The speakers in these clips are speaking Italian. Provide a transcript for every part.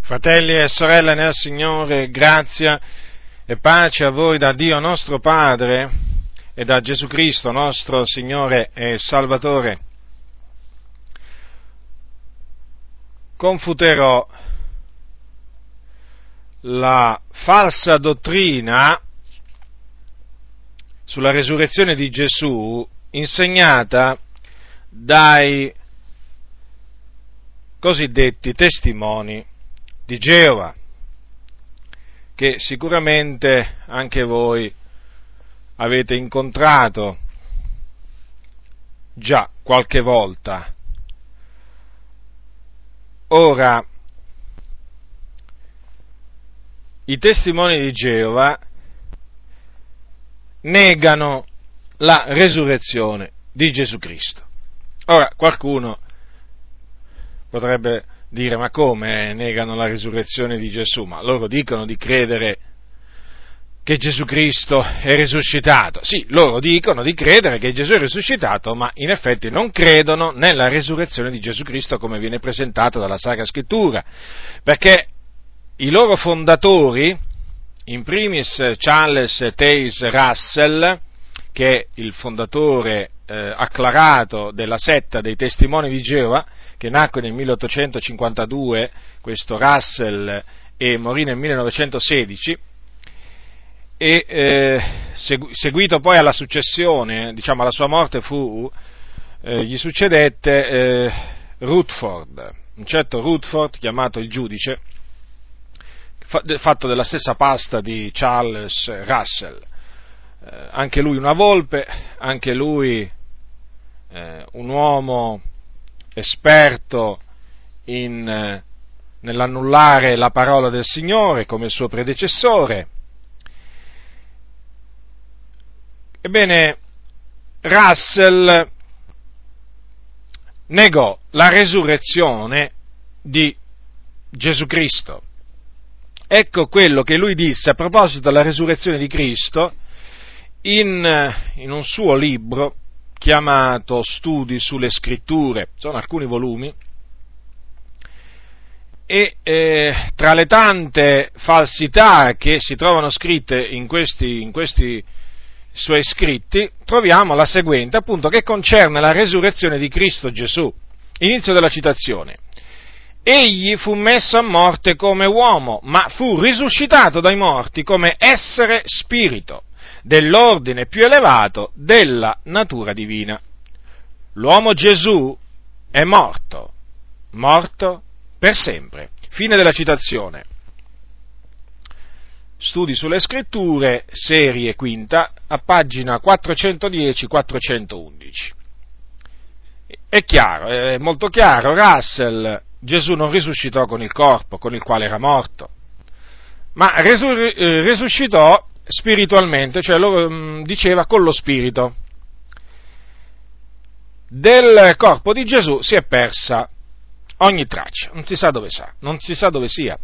Fratelli e sorelle nel Signore, grazia e pace a voi da Dio nostro Padre e da Gesù Cristo nostro Signore e Salvatore. Confuterò la falsa dottrina sulla resurrezione di Gesù insegnata dai cosiddetti testimoni di Geova, che sicuramente anche voi avete incontrato già qualche volta. Ora, i testimoni di Geova negano la resurrezione di Gesù Cristo. Ora, qualcuno potrebbe dire: ma come negano la risurrezione di Gesù? Ma loro dicono di credere che Gesù Cristo è risuscitato. Sì, loro dicono di credere che Gesù è risuscitato, ma in effetti non credono nella risurrezione di Gesù Cristo come viene presentata dalla Sacra Scrittura, perché i loro fondatori, in primis Charles Taze Russell, che è il fondatore acclarato della setta dei Testimoni di Geova, che nacque nel 1852, questo Russell, e morì nel 1916, e seguito poi alla successione, diciamo alla sua morte gli succedette Rutherford, un certo Rutherford, chiamato il giudice, fatto della stessa pasta di Charles Russell, anche lui una volpe, anche lui un uomo esperto nell'annullare la parola del Signore come il suo predecessore. Ebbene, Russell negò la resurrezione di Gesù Cristo. Ecco quello che lui disse a proposito della resurrezione di Cristo in un suo libro chiamato Studi sulle Scritture. Sono alcuni volumi, e tra le tante falsità che si trovano scritte in questi suoi scritti troviamo la seguente, appunto, che concerne la resurrezione di Cristo Gesù. Inizio della citazione: egli fu messo a morte come uomo, ma fu risuscitato dai morti come essere spirito, dell'ordine più elevato della natura divina. L'uomo Gesù è morto per sempre. Fine della citazione. Studi sulle Scritture, serie quinta, a pagina 410-411. È chiaro, è molto chiaro, Gesù non risuscitò con il corpo con il quale era morto, ma risuscitò spiritualmente, cioè diceva con lo spirito. Del corpo di Gesù si è persa ogni traccia, non si sa dove sia.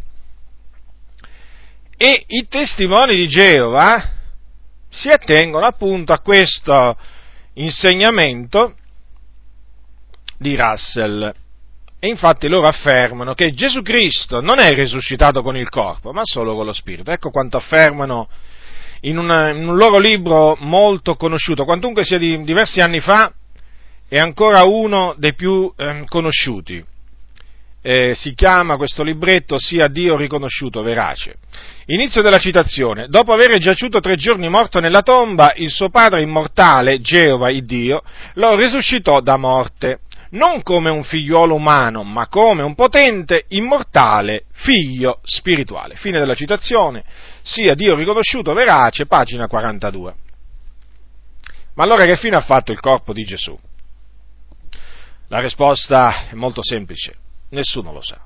E i testimoni di Geova si attengono appunto a questo insegnamento di Russell. E infatti loro affermano che Gesù Cristo non è risuscitato con il corpo, ma solo con lo spirito. Ecco quanto affermano in un loro libro molto conosciuto, quantunque sia di diversi anni fa, è ancora uno dei più conosciuti. Si chiama questo libretto Sia Dio riconosciuto verace. Inizio della citazione: dopo aver giaciuto 3 giorni morto nella tomba, il suo padre immortale, Geova, il Dio, lo risuscitò da morte, non come un figliuolo umano, ma come un potente, immortale figlio spirituale. Fine della citazione. Sia Dio riconosciuto verace, pagina 42. Ma allora che fine ha fatto il corpo di Gesù? La risposta è molto semplice: nessuno lo sa.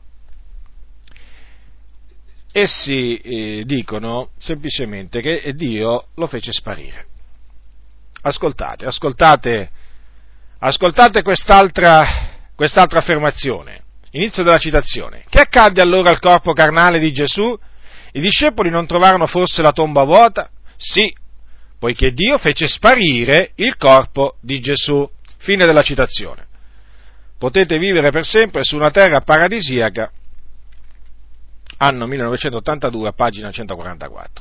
Essi dicono semplicemente che Dio lo fece sparire. Ascoltate quest'altra affermazione. Inizio della citazione: che accadde allora al corpo carnale di Gesù? I discepoli non trovarono forse la tomba vuota? Sì, poiché Dio fece sparire il corpo di Gesù. Fine della citazione. Potete vivere per sempre su una terra paradisiaca anno 1982, a pagina 144.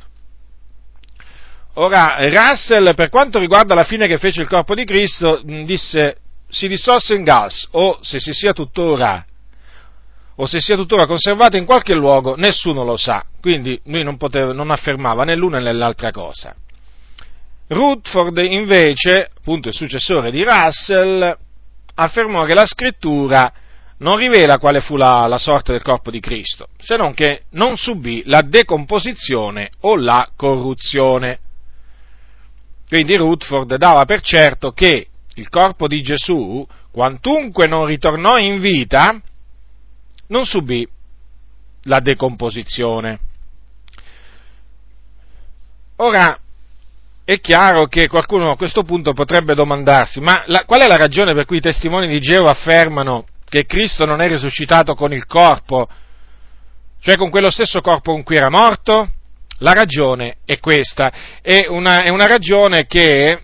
Ora, Russell, per quanto riguarda la fine che fece il corpo di Cristo, disse: si dissolse in gas, o se sia tuttora conservato in qualche luogo, nessuno lo sa. Quindi lui non affermava né l'una né l'altra cosa. Rutherford invece, appunto il successore di Russell, affermò che la scrittura non rivela quale fu la sorte del corpo di Cristo, se non che non subì la decomposizione o la corruzione. Quindi Rutherford dava per certo che il corpo di Gesù, quantunque non ritornò in vita, non subì la decomposizione. Ora, è chiaro che qualcuno a questo punto potrebbe domandarsi: ma qual è la ragione per cui i testimoni di Geova affermano che Cristo non è risuscitato con il corpo, cioè con quello stesso corpo con cui era morto? La ragione è questa, è una ragione che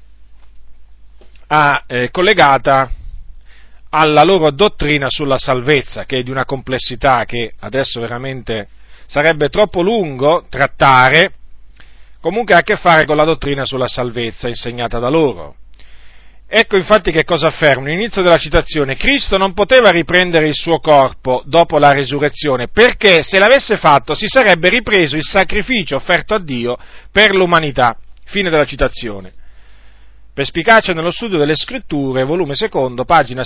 è collegata alla loro dottrina sulla salvezza, che è di una complessità che adesso veramente sarebbe troppo lungo trattare. Comunque ha a che fare con la dottrina sulla salvezza insegnata da loro. Ecco infatti che cosa affermano. All'inizio della citazione: Cristo non poteva riprendere il suo corpo dopo la resurrezione, perché se l'avesse fatto si sarebbe ripreso il sacrificio offerto a Dio per l'umanità. Fine della citazione. Perspicacia nello studio delle scritture, volume 2, pagina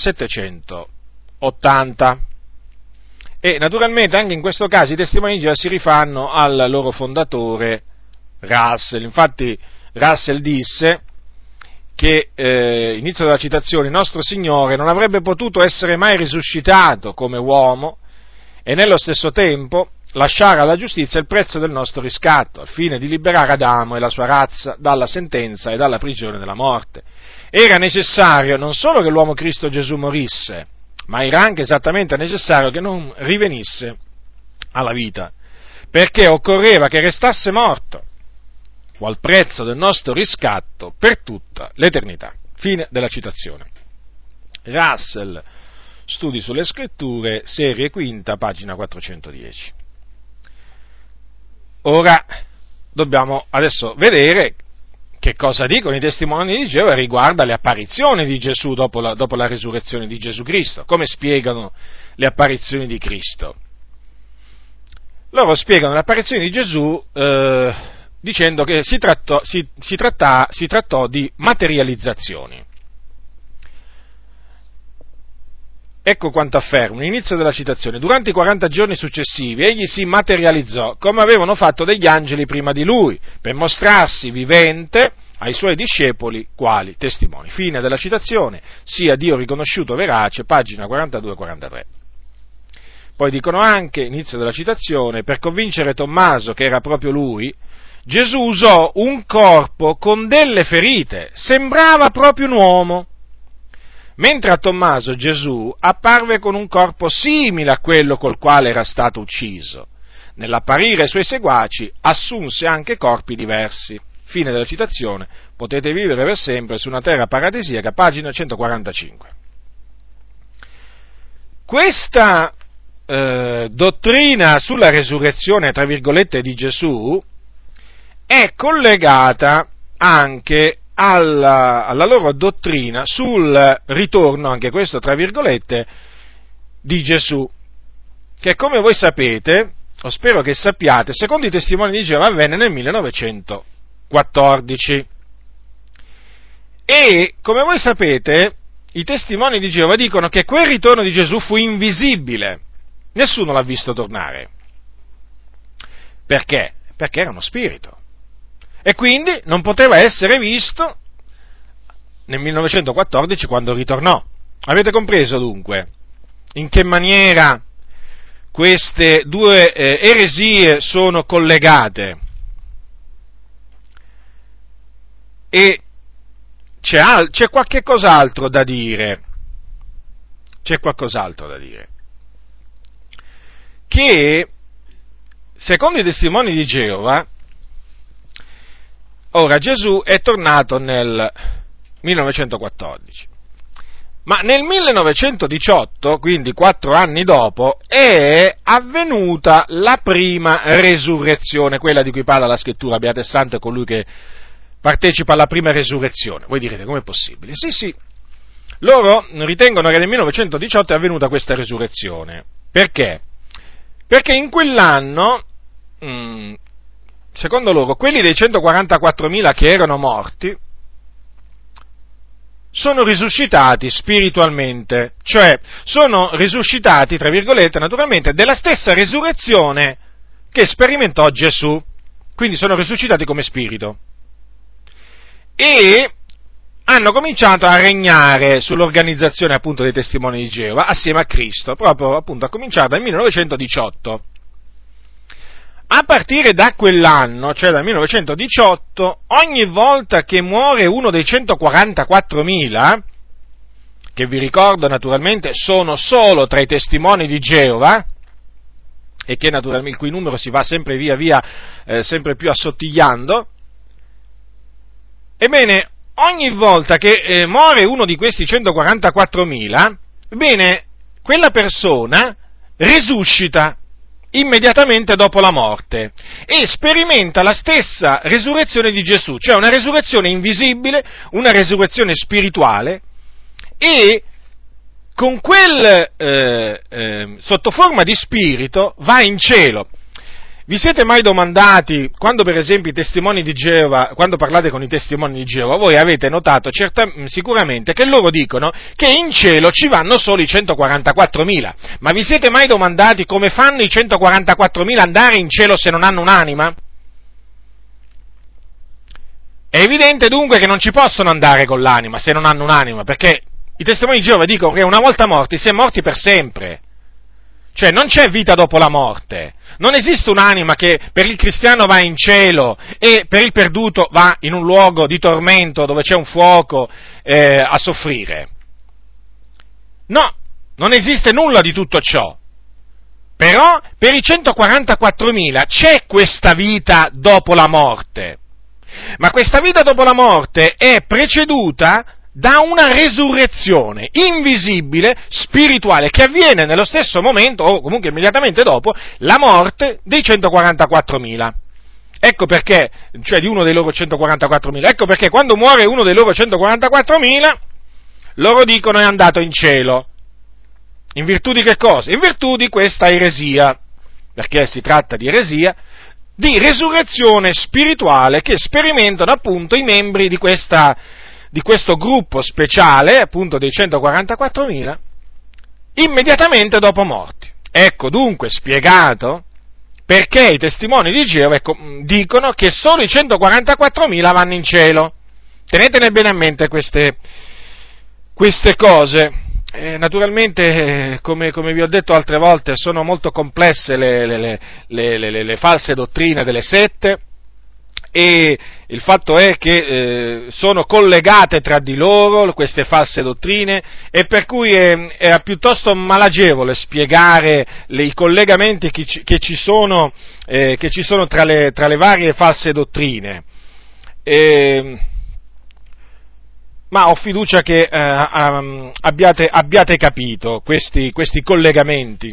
780. E naturalmente anche in questo caso i testimoni di Geova si rifanno al loro fondatore Russell. Infatti Russell disse che, inizio della citazione, il nostro Signore non avrebbe potuto essere mai risuscitato come uomo e nello stesso tempo lasciare alla giustizia il prezzo del nostro riscatto, al fine di liberare Adamo e la sua razza dalla sentenza e dalla prigione della morte. Era necessario non solo che l'uomo Cristo Gesù morisse, ma era anche esattamente necessario che non rivenisse alla vita, perché occorreva che restasse morto, qual prezzo del nostro riscatto per tutta l'eternità. Fine della citazione. Russell, Studi sulle Scritture, serie quinta, pagina 410. Ora dobbiamo adesso vedere che cosa dicono i testimoni di Geova riguardo alle apparizioni di Gesù dopo la risurrezione di Gesù Cristo. Come spiegano le apparizioni di Cristo? Loro spiegano le apparizioni di Gesù dicendo che si trattò di materializzazioni. Ecco quanto affermano, inizio della citazione: durante i 40 giorni successivi egli si materializzò, come avevano fatto degli angeli prima di lui, per mostrarsi vivente ai suoi discepoli quali testimoni. Fine della citazione, sia Dio riconosciuto verace, pagina 42-43. Poi dicono anche, inizio della citazione: per convincere Tommaso che era proprio lui, Gesù usò un corpo con delle ferite, sembrava proprio un uomo. Mentre a Tommaso Gesù apparve con un corpo simile a quello col quale era stato ucciso. Nell'apparire ai suoi seguaci assunse anche corpi diversi. Fine della citazione, potete vivere per sempre su una terra paradisiaca, pagina 145. Questa dottrina sulla resurrezione, tra virgolette, di Gesù è collegata anche alla loro dottrina sul ritorno, anche questo tra virgolette, di Gesù, che come voi sapete, o spero che sappiate, secondo i testimoni di Geova avvenne nel 1914. E come voi sapete, i testimoni di Geova dicono che quel ritorno di Gesù fu invisibile, nessuno l'ha visto tornare. Perché? Perché era uno spirito. E quindi non poteva essere visto nel 1914 quando ritornò. Avete compreso dunque in che maniera queste due eresie sono collegate? E c'è qualche cos'altro da dire. C'è qualcos'altro da dire. Che, secondo i testimoni di Geova, ora Gesù è tornato nel 1914, Ma nel 1918, quindi 4 anni dopo, è avvenuta la prima resurrezione, quella di cui parla la Scrittura, beato e santo è colui che partecipa alla prima resurrezione. Voi direte, com'è possibile? Sì, loro ritengono che nel 1918 è avvenuta questa resurrezione. Perché? Perché in quell'anno, secondo loro, quelli dei 144.000 che erano morti, sono risuscitati spiritualmente, cioè sono risuscitati, tra virgolette, naturalmente, della stessa resurrezione che sperimentò Gesù, quindi sono risuscitati come spirito, e hanno cominciato a regnare sull'organizzazione appunto dei testimoni di Geova assieme a Cristo, proprio appunto a cominciare dal 1918. A partire da quell'anno, cioè dal 1918, ogni volta che muore uno dei 144.000, che vi ricordo naturalmente sono solo tra i testimoni di Geova, e che naturalmente il cui numero si va sempre via sempre più assottigliando, ebbene, ogni volta che muore uno di questi 144.000, ebbene, quella persona risuscita immediatamente dopo la morte e sperimenta la stessa resurrezione di Gesù, cioè una resurrezione invisibile, una resurrezione spirituale, e con sotto forma di spirito va in cielo. Vi siete mai domandati, quando per esempio i testimoni di Geova, quando parlate con i testimoni di Geova, voi avete notato sicuramente che loro dicono che in cielo ci vanno solo i 144.000, ma vi siete mai domandati come fanno i 144.000 andare in cielo se non hanno un'anima? È evidente dunque che non ci possono andare con l'anima se non hanno un'anima, perché i testimoni di Geova dicono che una volta morti si è morti per sempre. Cioè non c'è vita dopo la morte, non esiste un'anima che per il cristiano va in cielo e per il perduto va in un luogo di tormento dove c'è un fuoco a soffrire. No, non esiste nulla di tutto ciò. Però per i 144.000 c'è questa vita dopo la morte, ma questa vita dopo la morte è preceduta da una resurrezione invisibile, spirituale, che avviene nello stesso momento, o comunque immediatamente dopo, la morte dei 144.000. Ecco perché, cioè di uno dei loro 144.000, ecco perché quando muore uno dei loro 144.000, loro dicono è andato in cielo. In virtù di che cosa? In virtù di questa eresia, perché si tratta di eresia, di resurrezione spirituale che sperimentano appunto i membri di questo gruppo speciale, appunto dei 144.000, immediatamente dopo morti. Ecco dunque spiegato perché i testimoni di Geova dicono che solo i 144.000 vanno in cielo. Tenetene bene a mente queste cose. Naturalmente, come vi ho detto altre volte, sono molto complesse le false dottrine delle sette, e il fatto è che sono collegate tra di loro queste false dottrine, e per cui è piuttosto malagevole spiegare i collegamenti che ci sono tra le varie false dottrine. Ma ho fiducia che abbiate capito questi collegamenti.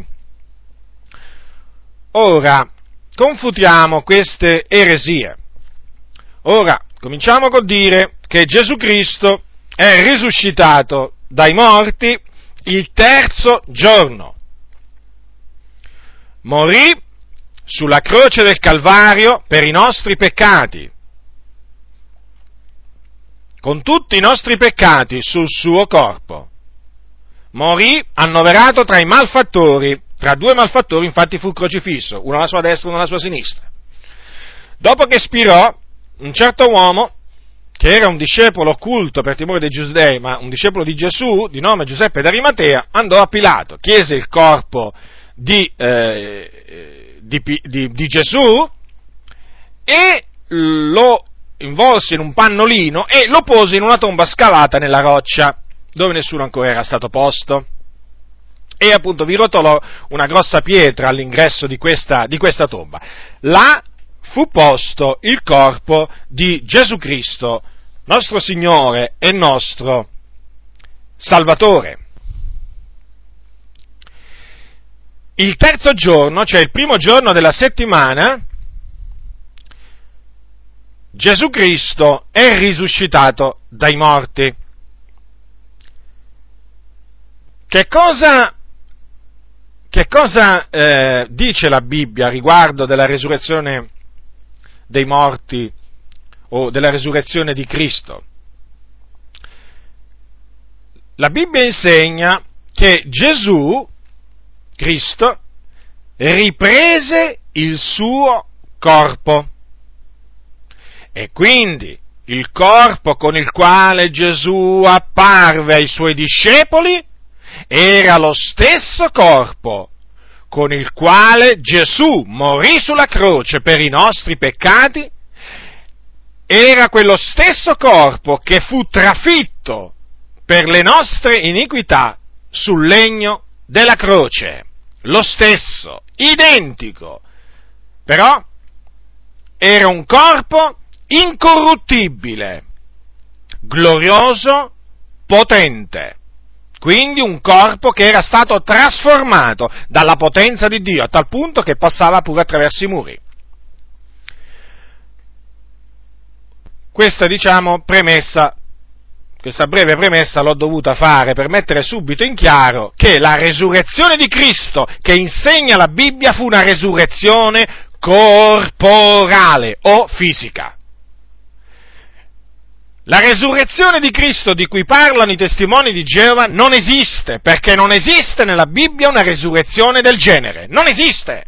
Ora, confutiamo queste eresie. Ora, cominciamo col dire che Gesù Cristo è risuscitato dai morti il terzo giorno. Morì sulla croce del Calvario per i nostri peccati, con tutti i nostri peccati sul suo corpo. Morì annoverato tra i malfattori, tra due malfattori infatti fu crocifisso, uno alla sua destra e uno alla sua sinistra. Dopo che spirò, un certo uomo, che era un discepolo occulto per timore dei Giudei, ma un discepolo di Gesù, di nome Giuseppe d'Arimatea, andò a Pilato, chiese il corpo di Gesù e lo involse in un pannolino e lo pose in una tomba scavata nella roccia, dove nessuno ancora era stato posto. E appunto vi rotolò una grossa pietra all'ingresso di questa tomba. Là fu posto il corpo di Gesù Cristo, nostro Signore e nostro Salvatore. Il terzo giorno, cioè il primo giorno della settimana, Gesù Cristo è risuscitato dai morti. Che cosa dice la Bibbia riguardo della resurrezione dei morti o della resurrezione di Cristo? La Bibbia insegna che Gesù, Cristo, riprese il suo corpo. E quindi il corpo con il quale Gesù apparve ai suoi discepoli era lo stesso corpo con il quale Gesù morì sulla croce per i nostri peccati, era quello stesso corpo che fu trafitto per le nostre iniquità sul legno della croce. Lo stesso, identico, però era un corpo incorruttibile, glorioso, potente. Quindi un corpo che era stato trasformato dalla potenza di Dio a tal punto che passava pure attraverso i muri. Questa, premessa, questa breve premessa l'ho dovuta fare per mettere subito in chiaro che la resurrezione di Cristo che insegna la Bibbia fu una resurrezione corporale o fisica. La resurrezione di Cristo di cui parlano i testimoni di Geova non esiste, perché non esiste nella Bibbia una resurrezione del genere. Non esiste!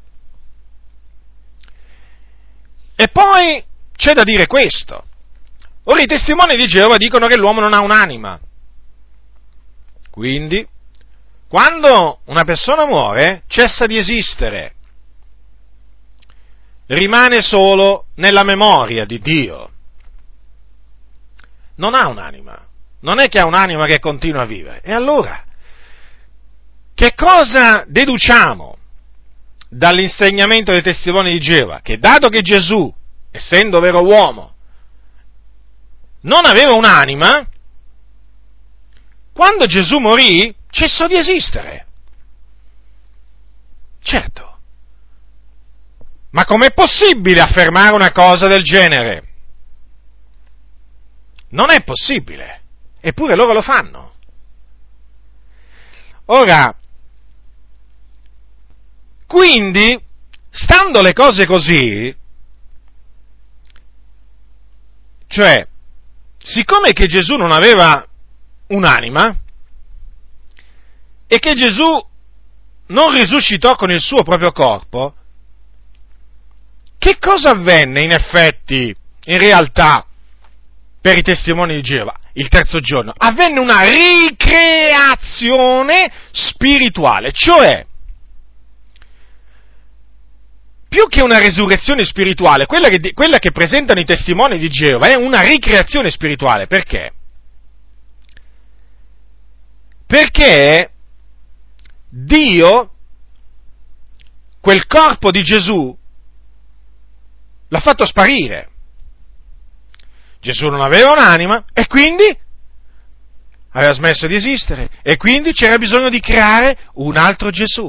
E poi c'è da dire questo. Ora i testimoni di Geova dicono che l'uomo non ha un'anima. Quindi, quando una persona muore, cessa di esistere. Rimane solo nella memoria di Dio. Non ha un'anima, non è che ha un'anima che continua a vivere. E allora, che cosa deduciamo dall'insegnamento dei testimoni di Geova? Che dato che Gesù, essendo vero uomo, non aveva un'anima, quando Gesù morì, cessò di esistere. Certo. Ma com'è possibile affermare una cosa del genere? Non è possibile, eppure loro lo fanno. Ora, quindi, stando le cose così, cioè, siccome che Gesù non aveva un'anima, e che Gesù non risuscitò con il suo proprio corpo, che cosa avvenne in effetti, in realtà, per i testimoni di Geova? Il terzo giorno avvenne una ricreazione spirituale, cioè più che una resurrezione spirituale, quella che presentano i testimoni di Geova è una ricreazione spirituale. Perché? Perché Dio, quel corpo di Gesù, l'ha fatto sparire. Gesù non aveva un'anima e quindi aveva smesso di esistere e quindi c'era bisogno di creare un altro Gesù.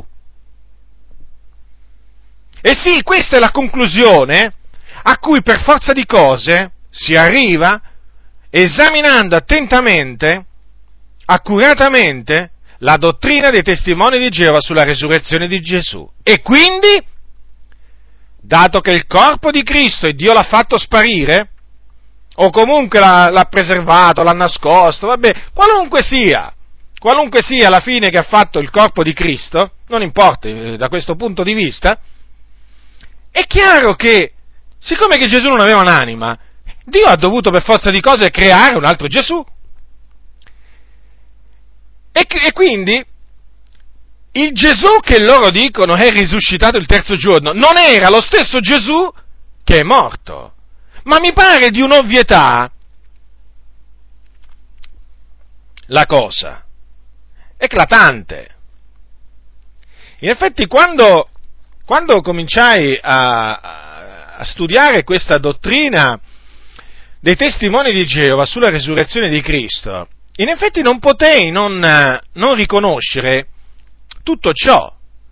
E sì, questa è la conclusione a cui per forza di cose si arriva esaminando attentamente, accuratamente, la dottrina dei testimoni di Geova sulla resurrezione di Gesù. E quindi, dato che il corpo di Cristo e Dio l'ha fatto sparire, o comunque l'ha preservato, l'ha nascosto, vabbè, qualunque sia la fine che ha fatto il corpo di Cristo, non importa da questo punto di vista, è chiaro che, siccome che Gesù non aveva un'anima, Dio ha dovuto per forza di cose creare un altro Gesù. E quindi il Gesù che loro dicono è risuscitato il terzo giorno non era lo stesso Gesù che è morto. Ma mi pare di un'ovvietà la cosa, eclatante. In effetti quando cominciai a studiare questa dottrina dei testimoni di Geova sulla resurrezione di Cristo, in effetti non potei non riconoscere tutto ciò.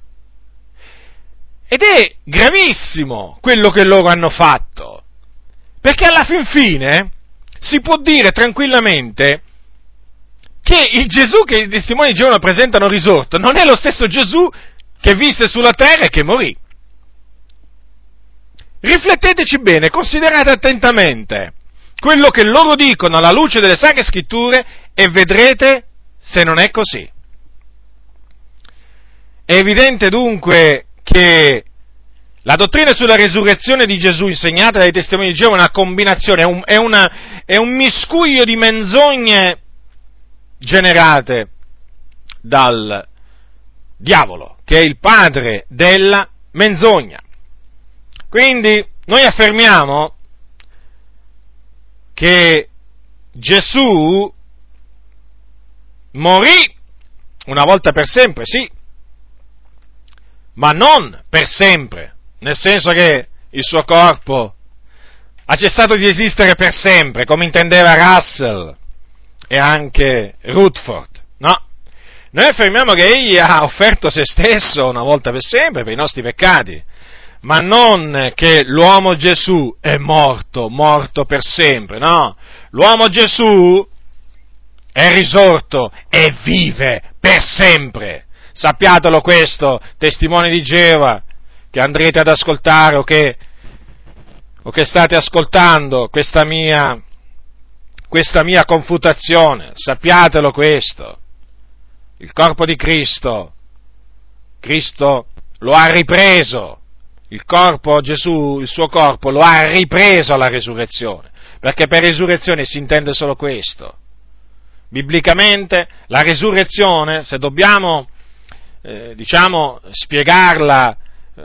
Ed è gravissimo quello che loro hanno fatto, perché alla fin fine si può dire tranquillamente che il Gesù che i testimoni di Geova presentano risorto non è lo stesso Gesù che visse sulla terra e che morì. Rifletteteci bene, considerate attentamente quello che loro dicono alla luce delle Sacre Scritture e vedrete se non è così. È evidente dunque che la dottrina sulla resurrezione di Gesù insegnata dai testimoni di Geova è una combinazione, è un miscuglio di menzogne generate dal diavolo, che è il padre della menzogna. Quindi noi affermiamo che Gesù morì una volta per sempre, sì, ma non per sempre, nel senso che il suo corpo ha cessato di esistere per sempre, come intendeva Russell e anche Rutherford, no? Noi affermiamo che egli ha offerto se stesso una volta per sempre per i nostri peccati, ma non che l'uomo Gesù è morto per sempre, no? L'uomo Gesù è risorto e vive per sempre. Sappiatelo questo, testimoni di Geova, che andrete ad ascoltare o che state ascoltando questa mia confutazione, sappiatelo questo. Il corpo di Cristo lo ha ripreso, il corpo, Gesù, il suo corpo lo ha ripreso alla resurrezione, perché per resurrezione si intende solo questo. Biblicamente la resurrezione, se dobbiamo spiegarla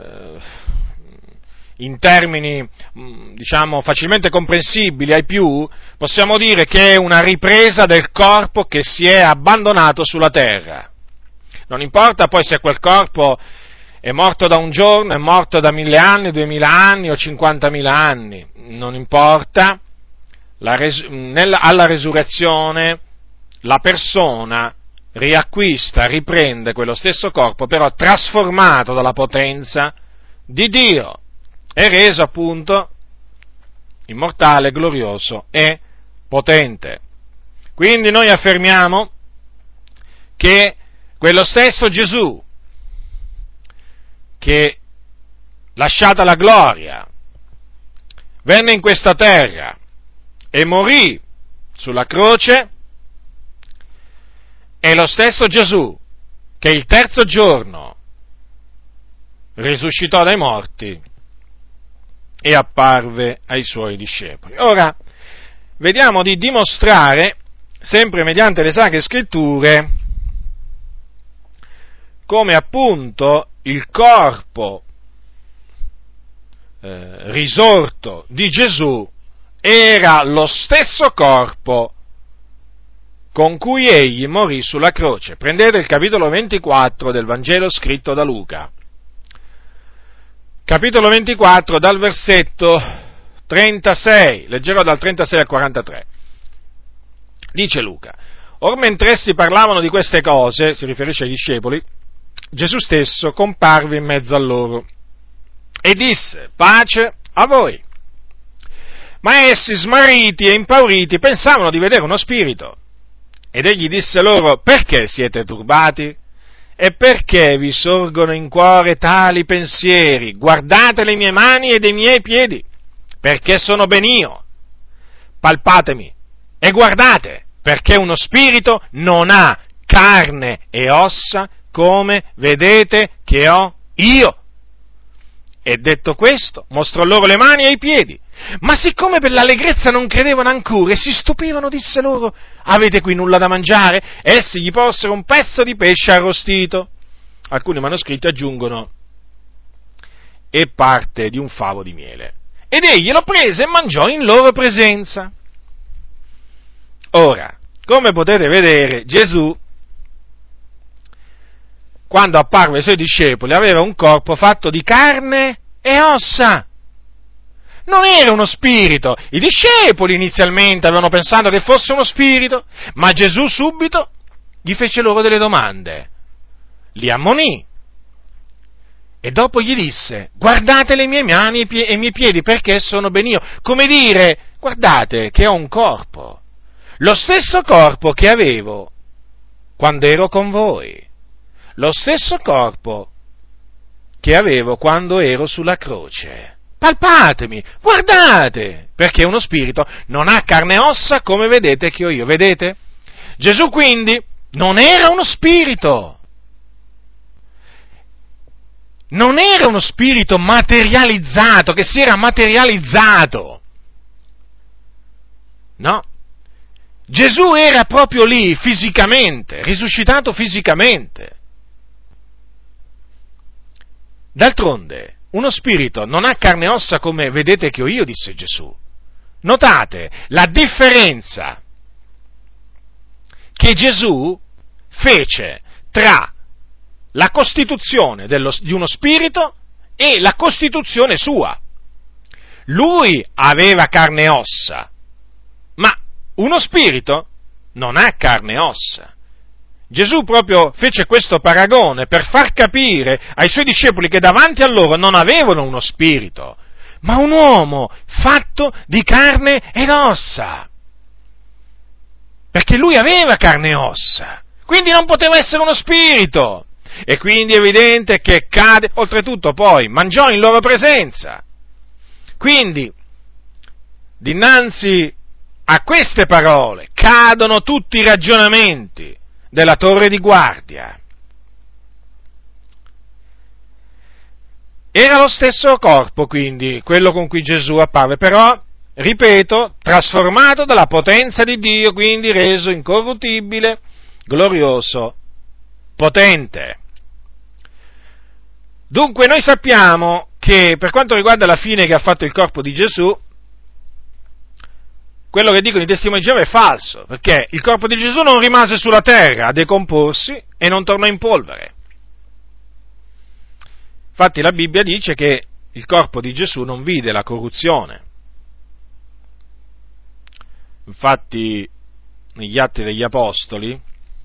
in termini facilmente comprensibili ai più, possiamo dire che è una ripresa del corpo che si è abbandonato sulla terra. Non importa poi se quel corpo è morto da un giorno, è morto da 1000 anni, 2000 anni o 50.000 anni, non importa, alla resurrezione la persona riprende quello stesso corpo, però trasformato dalla potenza di Dio e reso appunto immortale, glorioso e potente. Quindi noi affermiamo che quello stesso Gesù che, lasciata la gloria, venne in questa terra e morì sulla croce, è lo stesso Gesù che il terzo giorno risuscitò dai morti e apparve ai suoi discepoli. Ora, vediamo di dimostrare, sempre mediante le Sacre Scritture, come appunto il corpo risorto di Gesù era lo stesso corpo con cui egli morì sulla croce. Prendete il capitolo 24 del Vangelo scritto da Luca. Capitolo 24 dal versetto 36, leggerò dal 36 al 43. Dice Luca: or mentre essi parlavano di queste cose, si riferisce ai discepoli, Gesù stesso comparve in mezzo a loro e disse: pace a voi. Ma essi, smarriti e impauriti, pensavano di vedere uno spirito. Ed egli disse loro: perché siete turbati? E perché vi sorgono in cuore tali pensieri? Guardate le mie mani ed i miei piedi, perché sono ben io. Palpatemi e guardate, perché uno spirito non ha carne e ossa come vedete che ho io. E detto questo, mostrò loro le mani e i piedi. Ma siccome per l'allegrezza non credevano ancora e si stupivano, disse loro: avete qui nulla da mangiare? Essi gli posero un pezzo di pesce arrostito. Alcuni manoscritti aggiungono: e parte di un favo di miele. Ed egli lo prese e mangiò in loro presenza. Ora, come potete vedere, Gesù, quando apparve ai suoi discepoli, aveva un corpo fatto di carne e ossa. non era uno spirito. I discepoli inizialmente avevano pensato che fosse uno spirito, ma Gesù subito gli fece loro delle domande, li ammonì e dopo gli disse: guardate le mie mani e i miei piedi, perché sono ben io. Come dire, guardate che ho un corpo, lo stesso corpo che avevo quando ero con voi, lo stesso corpo che avevo quando ero sulla croce. Palpatemi, guardate, perché uno spirito non ha carne e ossa come vedete che ho io. Vedete? Gesù quindi non era uno spirito. Non era uno spirito materializzato, che si era materializzato. No. Gesù era proprio lì, fisicamente, risuscitato fisicamente. D'altronde, uno spirito non ha carne e ossa come vedete che ho io, disse Gesù. Notate la differenza che Gesù fece tra la costituzione di uno spirito e la costituzione sua. Lui aveva carne e ossa, ma uno spirito non ha carne e ossa. Gesù proprio fece questo paragone per far capire ai suoi discepoli che davanti a loro non avevano uno spirito, ma un uomo fatto di carne ed ossa. Perché lui aveva carne e ossa, quindi non poteva essere uno spirito. E quindi è evidente che cade, oltretutto poi mangiò in loro presenza. Quindi, dinanzi a queste parole, cadono tutti i ragionamenti della torre di guardia. Era lo stesso corpo, quindi, quello con cui Gesù apparve, però, ripeto, trasformato dalla potenza di Dio, quindi reso incorruttibile, glorioso, potente. Dunque noi sappiamo che per quanto riguarda la fine che ha fatto il corpo di Gesù, quello che dicono i testimoni di Geova è falso, perché il corpo di Gesù non rimase sulla terra a decomporsi e non tornò in polvere. Infatti la Bibbia dice che il corpo di Gesù non vide la corruzione. Infatti negli Atti degli Apostoli,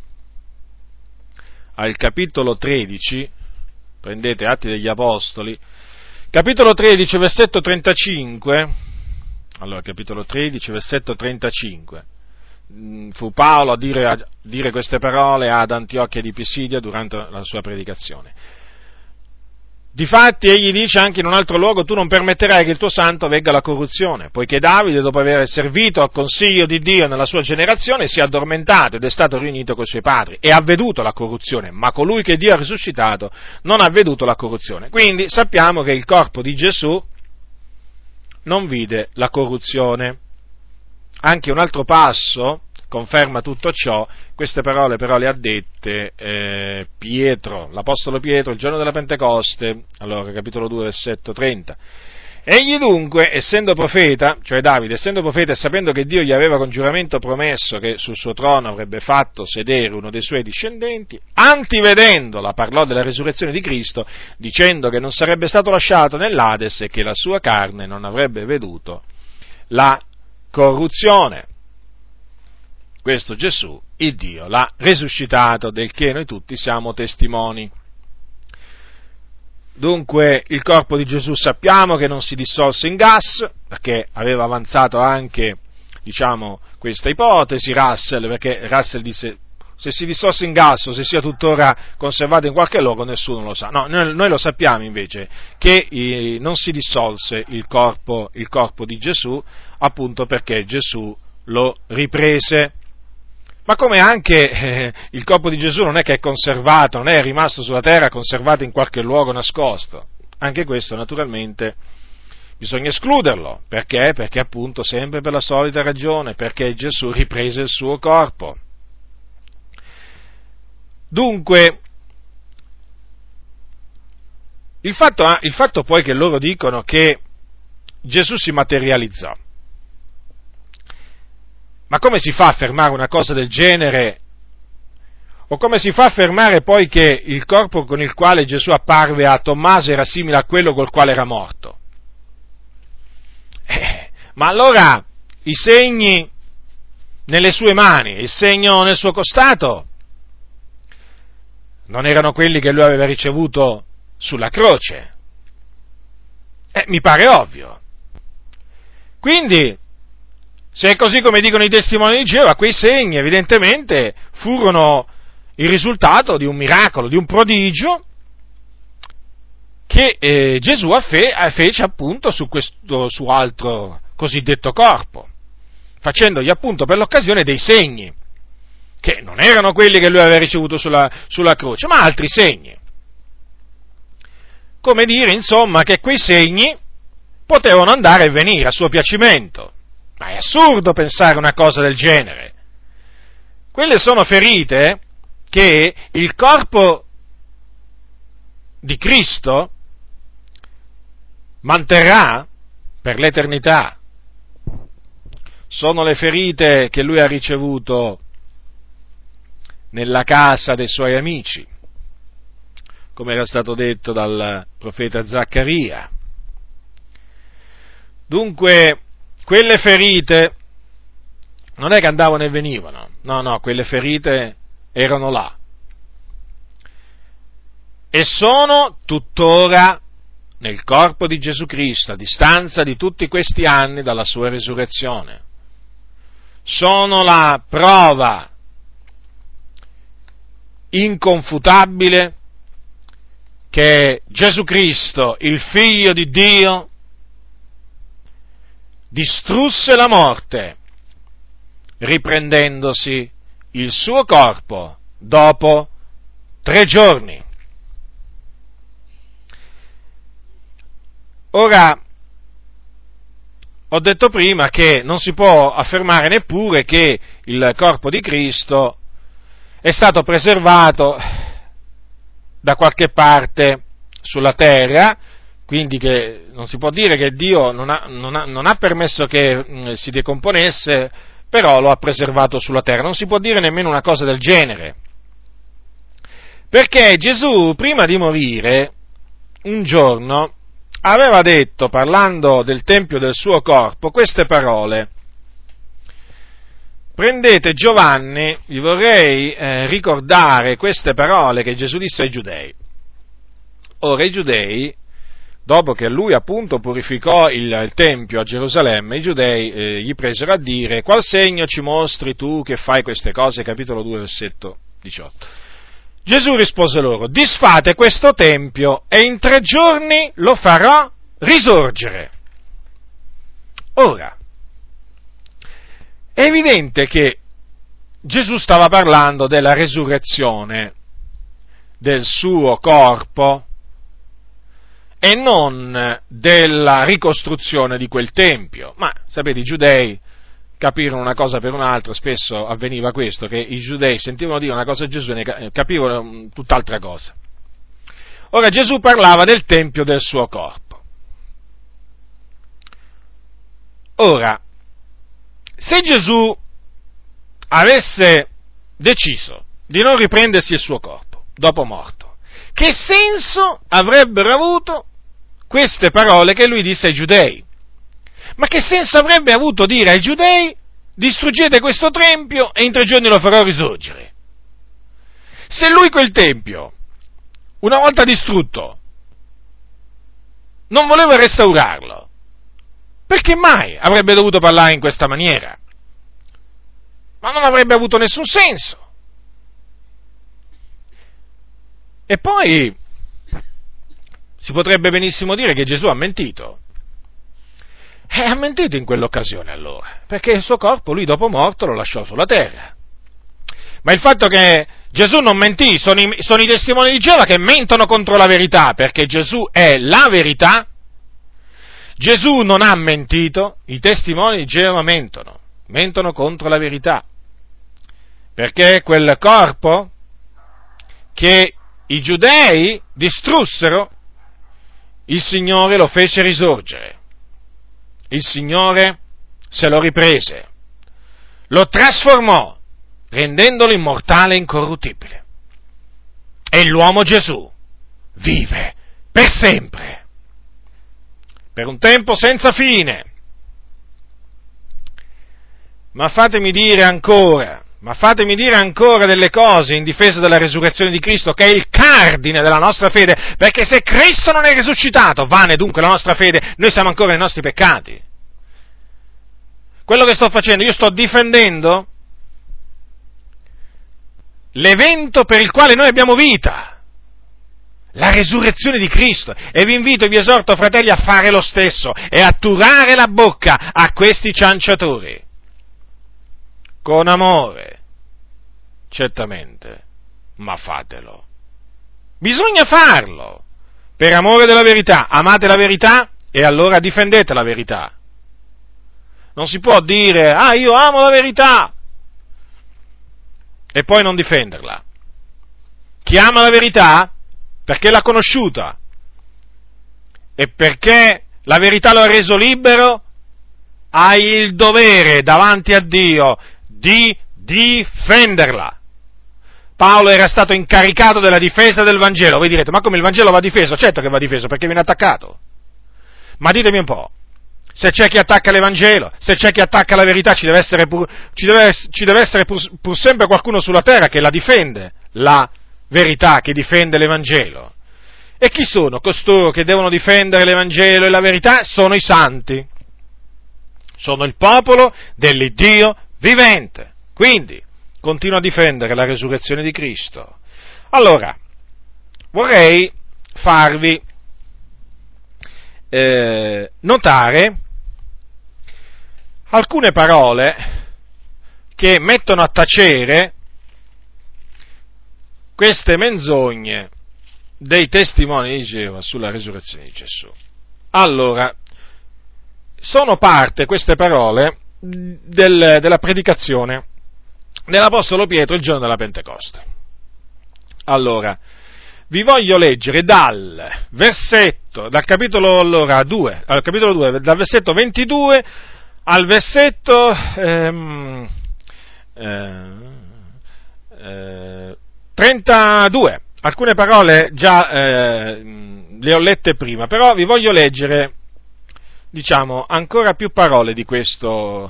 al capitolo 13, prendete Atti degli Apostoli, capitolo 13, versetto 35, allora capitolo 13, versetto 35, fu Paolo a dire queste parole ad Antiochia di Pisidia durante la sua predicazione. Difatti egli dice anche in un altro luogo: tu non permetterai che il tuo santo vegga la corruzione, poiché Davide, dopo aver servito al consiglio di Dio nella sua generazione, si è addormentato ed è stato riunito coi suoi padri e ha veduto la corruzione, ma colui che Dio ha risuscitato non ha veduto la corruzione. Quindi sappiamo che il corpo di Gesù non vide la corruzione. Anche un altro passo conferma tutto ciò. Queste parole però le ha dette Pietro, l'apostolo Pietro, il giorno della Pentecoste, allora capitolo 2, versetto 30. Egli dunque, essendo profeta, cioè Davide, essendo profeta e sapendo che Dio gli aveva con giuramento promesso che sul suo trono avrebbe fatto sedere uno dei suoi discendenti, antivedendola parlò della resurrezione di Cristo, dicendo che non sarebbe stato lasciato nell'Ades e che la sua carne non avrebbe veduto la corruzione. Questo Gesù, il Dio, l'ha risuscitato, del che noi tutti siamo testimoni. Dunque, il corpo di Gesù sappiamo che non si dissolse in gas, perché aveva avanzato anche, questa ipotesi Russell, perché Russell disse: se si dissolse in gas o se sia tuttora conservato in qualche luogo, nessuno lo sa. No, noi lo sappiamo invece, che non si dissolse il corpo di Gesù, appunto perché Gesù lo riprese. Ma come anche il corpo di Gesù non è che è conservato, non è rimasto sulla terra conservato in qualche luogo nascosto. Anche questo naturalmente bisogna escluderlo. Perché? Perché appunto sempre per la solita ragione, perché Gesù riprese il suo corpo. Dunque, il fatto poi che loro dicono che Gesù si materializzò. Ma come si fa a affermare una cosa del genere? O come si fa a affermare poi che il corpo con il quale Gesù apparve a Tommaso era simile a quello col quale era morto? Ma allora i segni nelle sue mani, il segno nel suo costato, non erano quelli che lui aveva ricevuto sulla croce? Mi pare ovvio. Quindi, se è così come dicono i testimoni di Geova, quei segni evidentemente furono il risultato di un miracolo, di un prodigio che Gesù fece appunto su questo suo altro cosiddetto corpo, facendogli appunto per l'occasione dei segni, che non erano quelli che lui aveva ricevuto sulla croce, ma altri segni. Come dire, insomma, che quei segni potevano andare e venire a suo piacimento. Ma è assurdo pensare una cosa del genere. Quelle sono ferite che il corpo di Cristo manterrà per l'eternità. Sono le ferite che lui ha ricevuto nella casa dei suoi amici, come era stato detto dal profeta Zaccaria. Dunque, quelle ferite non è che andavano e venivano, no, quelle ferite erano là. E sono tuttora nel corpo di Gesù Cristo, a distanza di tutti questi anni dalla sua risurrezione. Sono la prova inconfutabile che Gesù Cristo, il Figlio di Dio, distrusse la morte, riprendendosi il suo corpo dopo 3 giorni. Ora, ho detto prima che non si può affermare neppure che il corpo di Cristo è stato preservato da qualche parte sulla terra, quindi che non si può dire che Dio non ha permesso che si decomponesse, però lo ha preservato sulla terra. Non si può dire nemmeno una cosa del genere, perché Gesù, prima di morire, un giorno, aveva detto, parlando del tempio del suo corpo, queste parole. Prendete Giovanni, vi vorrei ricordare queste parole che Gesù disse ai Giudei. Ora i Giudei, dopo che lui appunto purificò il Tempio a Gerusalemme, i Giudei gli presero a dire: qual segno ci mostri tu che fai queste cose? Capitolo 2, versetto 18. Gesù rispose loro: disfate questo Tempio e in 3 giorni lo farò risorgere. Ora, è evidente che Gesù stava parlando della resurrezione del suo corpo e non della ricostruzione di quel tempio. Ma sapete, i giudei capirono una cosa per un'altra, spesso avveniva questo, che i giudei sentivano dire una cosa a Gesù e ne capivano tutt'altra cosa. Ora Gesù parlava del tempio del suo corpo. Ora, se Gesù avesse deciso di non riprendersi il suo corpo dopo morto, che senso avrebbero avuto queste parole che lui disse ai giudei? Ma che senso avrebbe avuto dire ai giudei: distruggete questo tempio e in 3 giorni lo farò risorgere? Se lui quel tempio, una volta distrutto, non voleva restaurarlo, perché mai avrebbe dovuto parlare in questa maniera? Ma non avrebbe avuto nessun senso. E poi si potrebbe benissimo dire che Gesù ha mentito. Ha mentito in quell'occasione allora, perché il suo corpo lui dopo morto lo lasciò sulla terra. Ma il fatto che Gesù non mentì, sono i testimoni di Geova che mentono contro la verità, perché Gesù è la verità. Gesù non ha mentito, i testimoni di Geova mentono contro la verità, perché quel corpo che i giudei distrussero, il Signore lo fece risorgere, il Signore se lo riprese, lo trasformò, rendendolo immortale e incorruttibile. E l'uomo Gesù vive per sempre, per un tempo senza fine. ma fatemi dire ancora delle cose in difesa della resurrezione di Cristo, che è il cardine della nostra fede, perché se Cristo non è risuscitato, vana è dunque la nostra fede, noi siamo ancora nei nostri peccati. Quello che sto facendo, io sto difendendo l'evento per il quale noi abbiamo vita, la resurrezione di Cristo, e vi invito e vi esorto, fratelli, a fare lo stesso e a turare la bocca a questi cianciatori, con amore, certamente, ma fatelo. Bisogna farlo, per amore della verità. Amate la verità e allora difendete la verità. Non si può dire, io amo la verità, e poi non difenderla. Chi ama la verità, perché l'ha conosciuta, e perché la verità lo ha reso libero, ha il dovere davanti a Dio di difenderla. Paolo era stato incaricato della difesa del Vangelo. Voi direte, ma come il Vangelo va difeso? Certo che va difeso, perché viene attaccato. Ma ditemi un po', se c'è chi attacca l'Evangelo, se c'è chi attacca la verità, ci deve essere pur sempre qualcuno sulla terra che la difende, la verità, che difende l'Evangelo. E chi sono costoro che devono difendere l'Evangelo e la verità? Sono i santi. Sono il popolo dell'Iddio vivente. Quindi, continua a difendere la resurrezione di Cristo. Allora, vorrei farvi notare alcune parole che mettono a tacere queste menzogne dei testimoni di Geova sulla resurrezione di Gesù. Allora, sono parte queste parole della predicazione dell'Apostolo Pietro il giorno della Pentecoste. Allora, vi voglio leggere dal capitolo 2, dal versetto 22 al versetto 32. Alcune parole già le ho lette prima, però vi voglio leggere, ancora più parole di questo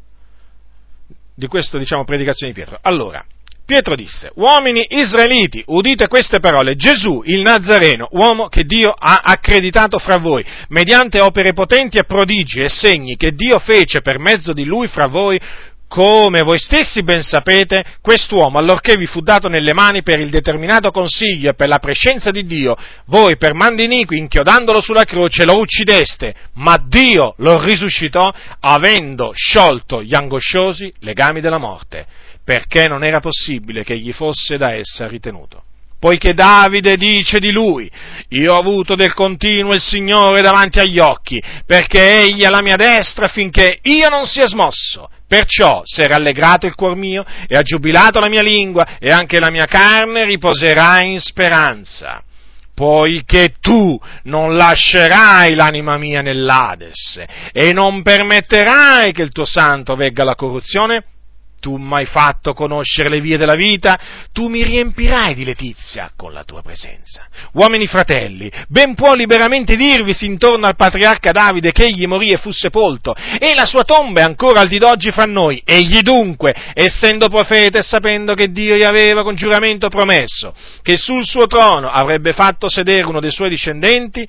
predicazione di Pietro. Allora, Pietro disse: uomini israeliti, udite queste parole. Gesù, il Nazareno, uomo che Dio ha accreditato fra voi, mediante opere potenti e prodigi e segni che Dio fece per mezzo di lui fra voi, come voi stessi ben sapete, quest'uomo, allorché vi fu dato nelle mani per il determinato consiglio e per la prescenza di Dio, voi per mandi iniqui, inchiodandolo sulla croce, lo uccideste, ma Dio lo risuscitò, avendo sciolto gli angosciosi legami della morte, perché non era possibile che gli fosse da essa ritenuto. Poiché Davide dice di lui: io ho avuto del continuo il Signore davanti agli occhi, perché egli è alla mia destra finché io non sia smosso. Perciò si è rallegrato il cuor mio e ha giubilato la mia lingua, e anche la mia carne riposerà in speranza. Poiché tu non lascerai l'anima mia nell'Ades e non permetterai che il tuo santo vegga alla corruzione, tu m'hai fatto conoscere le vie della vita, tu mi riempirai di letizia con la tua presenza. Uomini fratelli, ben può liberamente dirvisi intorno al patriarca Davide che egli morì e fu sepolto, e la sua tomba è ancora al di d'oggi fra noi. Egli dunque, essendo profeta e sapendo che Dio gli aveva con giuramento promesso che sul suo trono avrebbe fatto sedere uno dei suoi discendenti,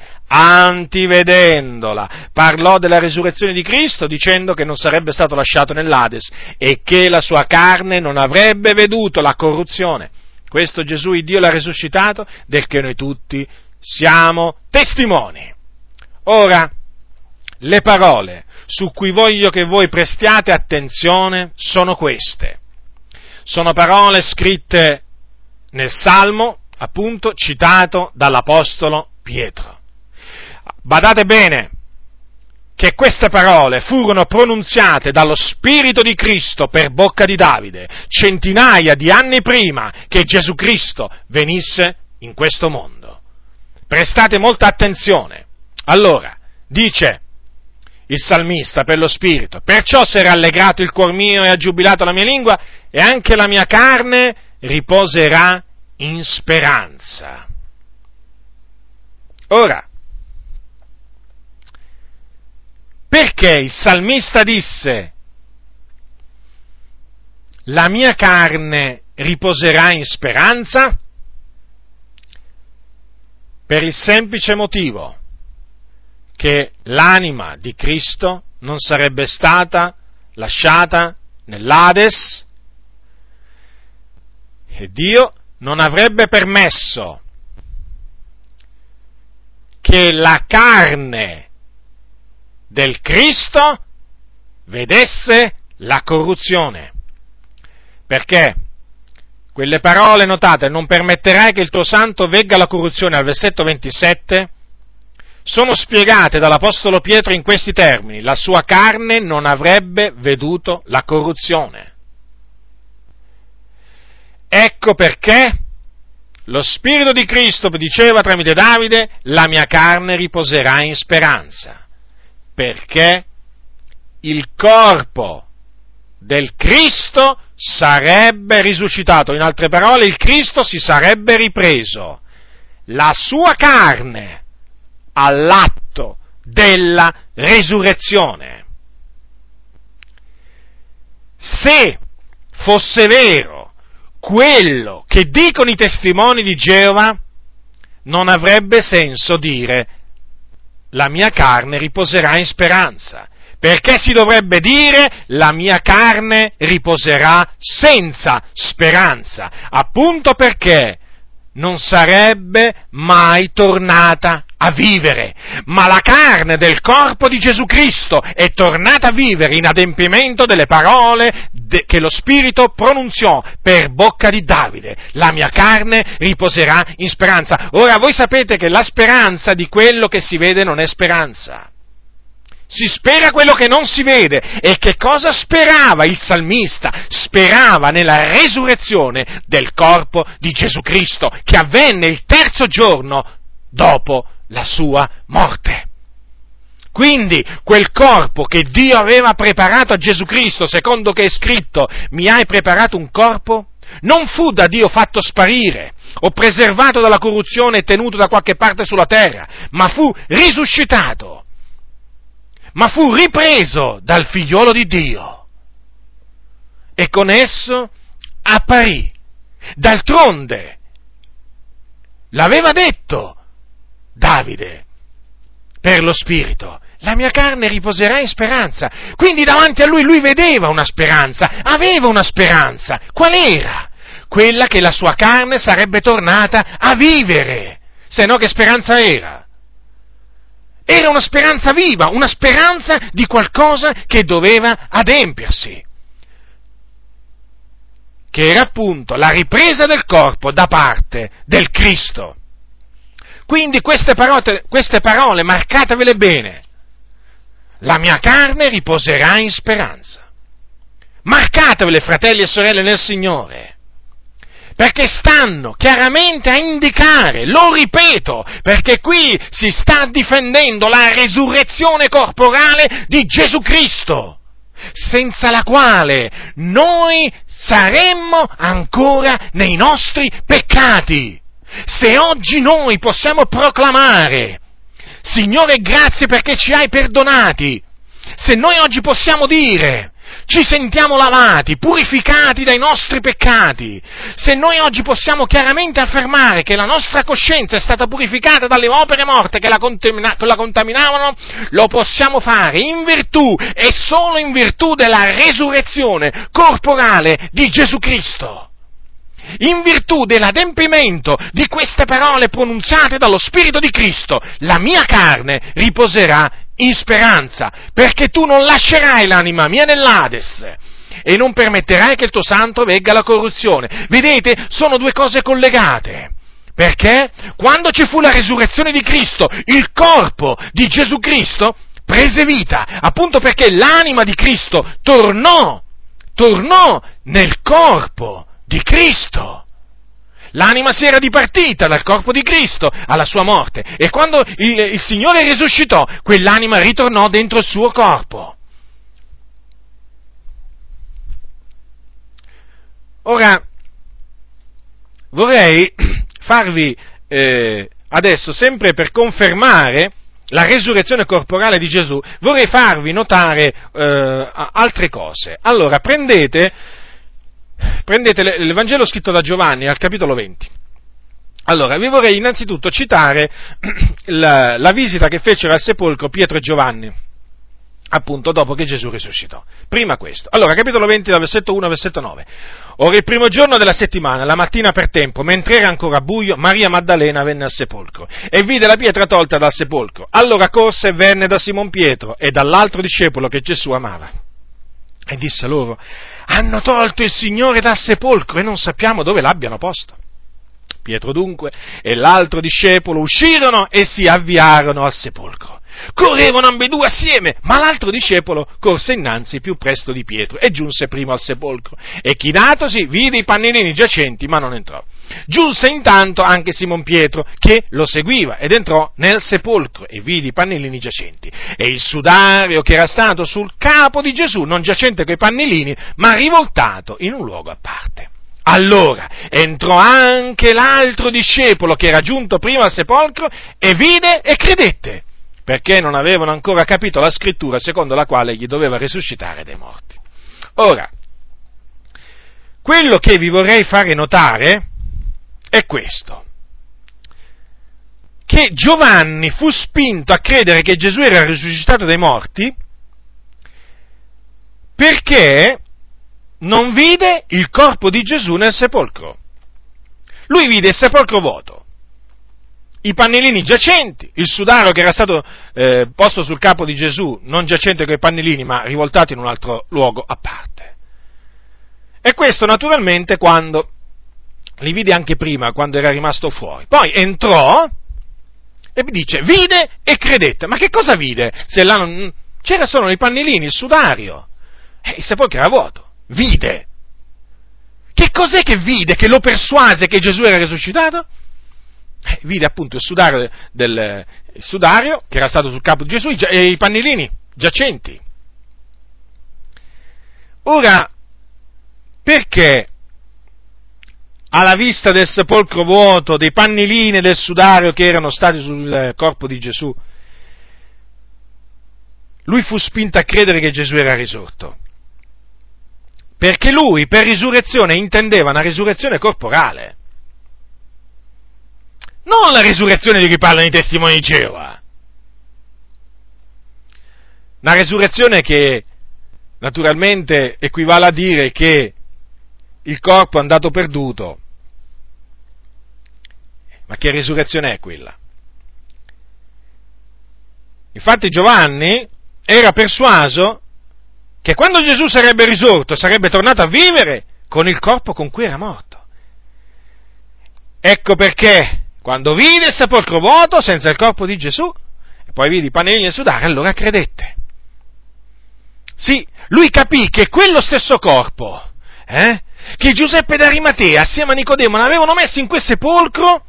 antivedendola, parlò della resurrezione di Cristo, dicendo che non sarebbe stato lasciato nell'Ades e che la sua carne non avrebbe veduto la corruzione. Questo Gesù, il Dio, l'ha risuscitato, del che noi tutti siamo testimoni. Ora, le parole su cui voglio che voi prestiate attenzione sono queste. Sono parole scritte nel Salmo, appunto, citato dall'Apostolo Pietro. Badate bene che queste parole furono pronunziate dallo Spirito di Cristo per bocca di Davide, centinaia di anni prima che Gesù Cristo venisse in questo mondo. Prestate molta attenzione. Allora, dice il salmista per lo Spirito: perciò si è rallegrato il cuor mio e ha giubilato la mia lingua, e anche la mia carne riposerà in speranza. Ora, perché il salmista disse la mia carne riposerà in speranza? Per il semplice motivo che l'anima di Cristo non sarebbe stata lasciata nell'Ades e Dio non avrebbe permesso che la carne del Cristo vedesse la corruzione. Perché? Quelle parole, notate, non permetterai che il tuo santo vegga la corruzione, al versetto 27, sono spiegate dall'Apostolo Pietro in questi termini: la sua carne non avrebbe veduto la corruzione. Ecco perché lo Spirito di Cristo diceva tramite Davide: la mia carne riposerà in speranza, perché il corpo del Cristo sarebbe risuscitato. In altre parole, il Cristo si sarebbe ripreso la sua carne all'atto della resurrezione. Se fosse vero quello che dicono i testimoni di Geova, non avrebbe senso dire la mia carne riposerà in speranza, perché si dovrebbe dire la mia carne riposerà senza speranza, appunto perché non sarebbe mai tornata a vivere, ma la carne del corpo di Gesù Cristo è tornata a vivere in adempimento delle parole che lo Spirito pronunziò per bocca di Davide: la mia carne riposerà in speranza. Ora, voi sapete che la speranza di quello che si vede non è speranza. Si spera quello che non si vede. E che cosa sperava il salmista? Sperava nella resurrezione del corpo di Gesù Cristo, che avvenne il terzo giorno dopo la sua morte. Quindi quel corpo che Dio aveva preparato a Gesù Cristo, secondo che è scritto: mi hai preparato un corpo, non fu da Dio fatto sparire o preservato dalla corruzione e tenuto da qualche parte sulla terra, ma fu risuscitato, ma fu ripreso dal figliolo di Dio e con esso apparì. D'altronde l'aveva detto Davide per lo Spirito: la mia carne riposerà in speranza. Quindi davanti a lui vedeva una speranza, aveva una speranza. Qual era? Quella che la sua carne sarebbe tornata a vivere. Se no, che speranza era? Era una speranza viva, una speranza di qualcosa che doveva adempiersi, che era appunto la ripresa del corpo da parte del Cristo. Quindi queste parole marcatevele bene: la mia carne riposerà in speranza. Marcatevele, fratelli e sorelle nel Signore, perché stanno chiaramente a indicare, lo ripeto, perché qui si sta difendendo la resurrezione corporale di Gesù Cristo, senza la quale noi saremmo ancora nei nostri peccati. Se oggi noi possiamo proclamare: Signore, grazie perché ci hai perdonati, se noi oggi possiamo dire: ci sentiamo lavati, purificati dai nostri peccati, se noi oggi possiamo chiaramente affermare che la nostra coscienza è stata purificata dalle opere morte che la contaminavano, lo possiamo fare in virtù e solo in virtù della resurrezione corporale di Gesù Cristo, in virtù dell'adempimento di queste parole pronunziate dallo Spirito di Cristo: la mia carne riposerà in speranza, perché tu non lascerai l'anima mia nell'Ades e non permetterai che il tuo santo vegga la corruzione. Vedete, sono due cose collegate, perché quando ci fu la resurrezione di Cristo, il corpo di Gesù Cristo prese vita, appunto perché l'anima di Cristo tornò nel corpo di Cristo. L'anima si era dipartita dal corpo di Cristo alla sua morte, e quando il Signore risuscitò, quell'anima ritornò dentro il suo corpo. Ora, vorrei farvi adesso, sempre per confermare la resurrezione corporale di Gesù, vorrei farvi notare altre cose. Allora, prendete prendete l'Evangelo scritto da Giovanni al capitolo 20. Allora, vi vorrei innanzitutto citare la visita che fecero al sepolcro Pietro e Giovanni, appunto dopo che Gesù risuscitò. Prima questo. Allora, capitolo 20, dal versetto 1 al versetto 9. Ora il primo giorno della settimana, la mattina per tempo, mentre era ancora buio, Maria Maddalena venne al sepolcro e vide la pietra tolta dal sepolcro. Allora corse e venne da Simon Pietro e dall'altro discepolo che Gesù amava. E disse loro: hanno tolto il Signore dal sepolcro e non sappiamo dove l'abbiano posto. Pietro dunque e l'altro discepolo uscirono e si avviarono al sepolcro. Correvano ambedue assieme, ma l'altro discepolo corse innanzi più presto di Pietro e giunse primo al sepolcro e chinatosi vide i pannilini giacenti, ma non entrò. Giunse intanto anche Simon Pietro, che lo seguiva, ed entrò nel sepolcro e vide i pannilini giacenti e il sudario che era stato sul capo di Gesù, non giacente coi pannilini, ma rivoltato in un luogo a parte. Allora entrò anche l'altro discepolo che era giunto prima al sepolcro e vide e credette, perché non avevano ancora capito la scrittura secondo la quale egli doveva risuscitare dai morti. Ora, quello che vi vorrei fare notare è questo: che Giovanni fu spinto a credere che Gesù era risuscitato dai morti perché non vide il corpo di Gesù nel sepolcro. Lui vide il sepolcro vuoto, i pannilini giacenti, il sudario che era stato posto sul capo di Gesù, non giacente con i pannilini, ma rivoltato in un altro luogo a parte. E questo naturalmente quando li vide anche prima, quando era rimasto fuori. Poi entrò e dice, vide e credette. Ma che cosa vide? Se là non c'era solo i pannilini, il sudario. Il sepolcro era vuoto. Vide. Che cos'è che vide che lo persuase che Gesù era risuscitato? Vide appunto il sudario, il sudario che era stato sul capo di Gesù e i pannilini giacenti. Ora, perché alla vista del sepolcro vuoto, dei pannilini e del sudario che erano stati sul corpo di Gesù, lui fu spinto a credere che Gesù era risorto? Perché lui per risurrezione intendeva una risurrezione corporale, non la risurrezione di cui parlano i testimoni di Geova. Una risurrezione che naturalmente equivale a dire che il corpo è andato perduto. Ma che risurrezione è quella? Infatti Giovanni era persuaso che quando Gesù sarebbe risorto, sarebbe tornato a vivere con il corpo con cui era morto. Ecco perché, quando vide il sepolcro vuoto, senza il corpo di Gesù, e poi vide i pannilini e sudare, allora credette. Sì, lui capì che quello stesso corpo, che Giuseppe d'Arimatea assieme a Nicodemo l'avevano messo in quel sepolcro,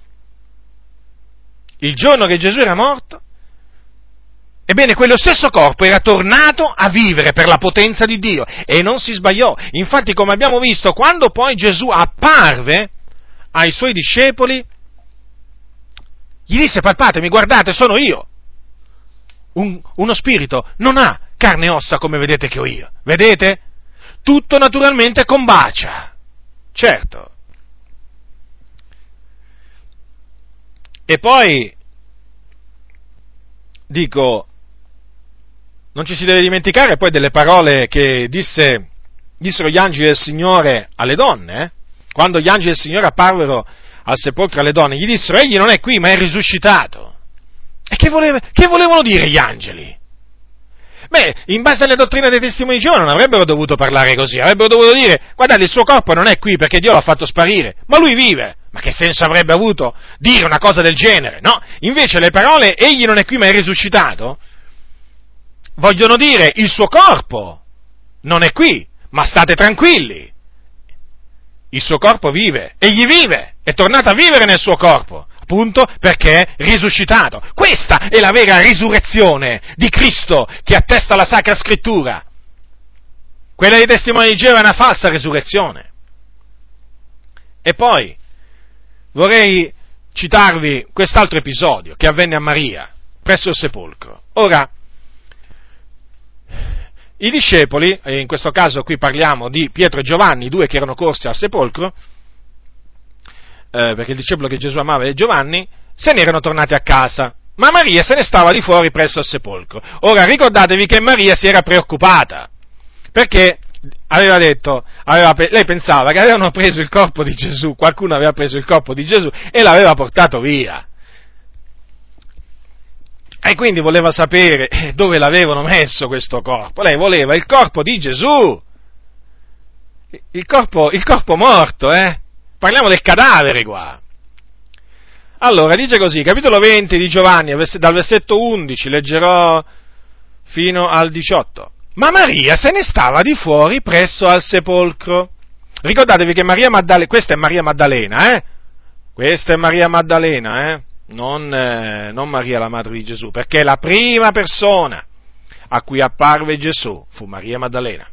il giorno che Gesù era morto, ebbene, quello stesso corpo era tornato a vivere per la potenza di Dio e non si sbagliò. Infatti, come abbiamo visto, quando poi Gesù apparve ai suoi discepoli, gli disse: palpatemi, guardate, sono io. Uno spirito non ha carne e ossa come vedete che ho io. Vedete? Tutto naturalmente combacia. Certo. E poi, dico, non ci si deve dimenticare poi delle parole che dissero gli angeli del Signore alle donne, quando gli angeli del Signore apparvero al sepolcro alle donne, gli dissero: egli non è qui, ma è risuscitato. E che volevano dire gli angeli? Beh, in base alle dottrine dei testimoni di Geova non avrebbero dovuto parlare così, avrebbero dovuto dire: guardate, il suo corpo non è qui perché Dio l'ha fatto sparire, ma lui vive. Ma che senso avrebbe avuto dire una cosa del genere? No, invece le parole egli non è qui ma è risuscitato vogliono dire: il suo corpo non è qui, ma state tranquilli, il suo corpo vive, egli vive, è tornato a vivere nel suo corpo, appunto perché è risuscitato. Questa è la vera risurrezione di Cristo che attesta la Sacra Scrittura. Quella dei testimoni di Geova è una falsa risurrezione. E poi vorrei citarvi quest'altro episodio che avvenne a Maria presso il sepolcro. Ora, i discepoli, e in questo caso qui parliamo di Pietro e Giovanni, due che erano corsi al sepolcro, perché il discepolo che Gesù amava è Giovanni, se ne erano tornati a casa, ma Maria se ne stava di fuori presso al sepolcro. Ora ricordatevi che Maria si era preoccupata, perché aveva detto, lei pensava che avevano preso il corpo di Gesù, qualcuno aveva preso il corpo di Gesù e l'aveva portato via. E quindi voleva sapere dove l'avevano messo questo corpo. Lei voleva il corpo di Gesù, il corpo morto, Parliamo del cadavere qua. Allora, dice così, capitolo 20 di Giovanni, dal versetto 11, leggerò fino al 18. Ma Maria se ne stava di fuori presso al sepolcro. Ricordatevi che Maria Maddalena, questa è Maria Maddalena, Questa è Maria Maddalena, Non Maria la madre di Gesù, perché la prima persona a cui apparve Gesù fu Maria Maddalena.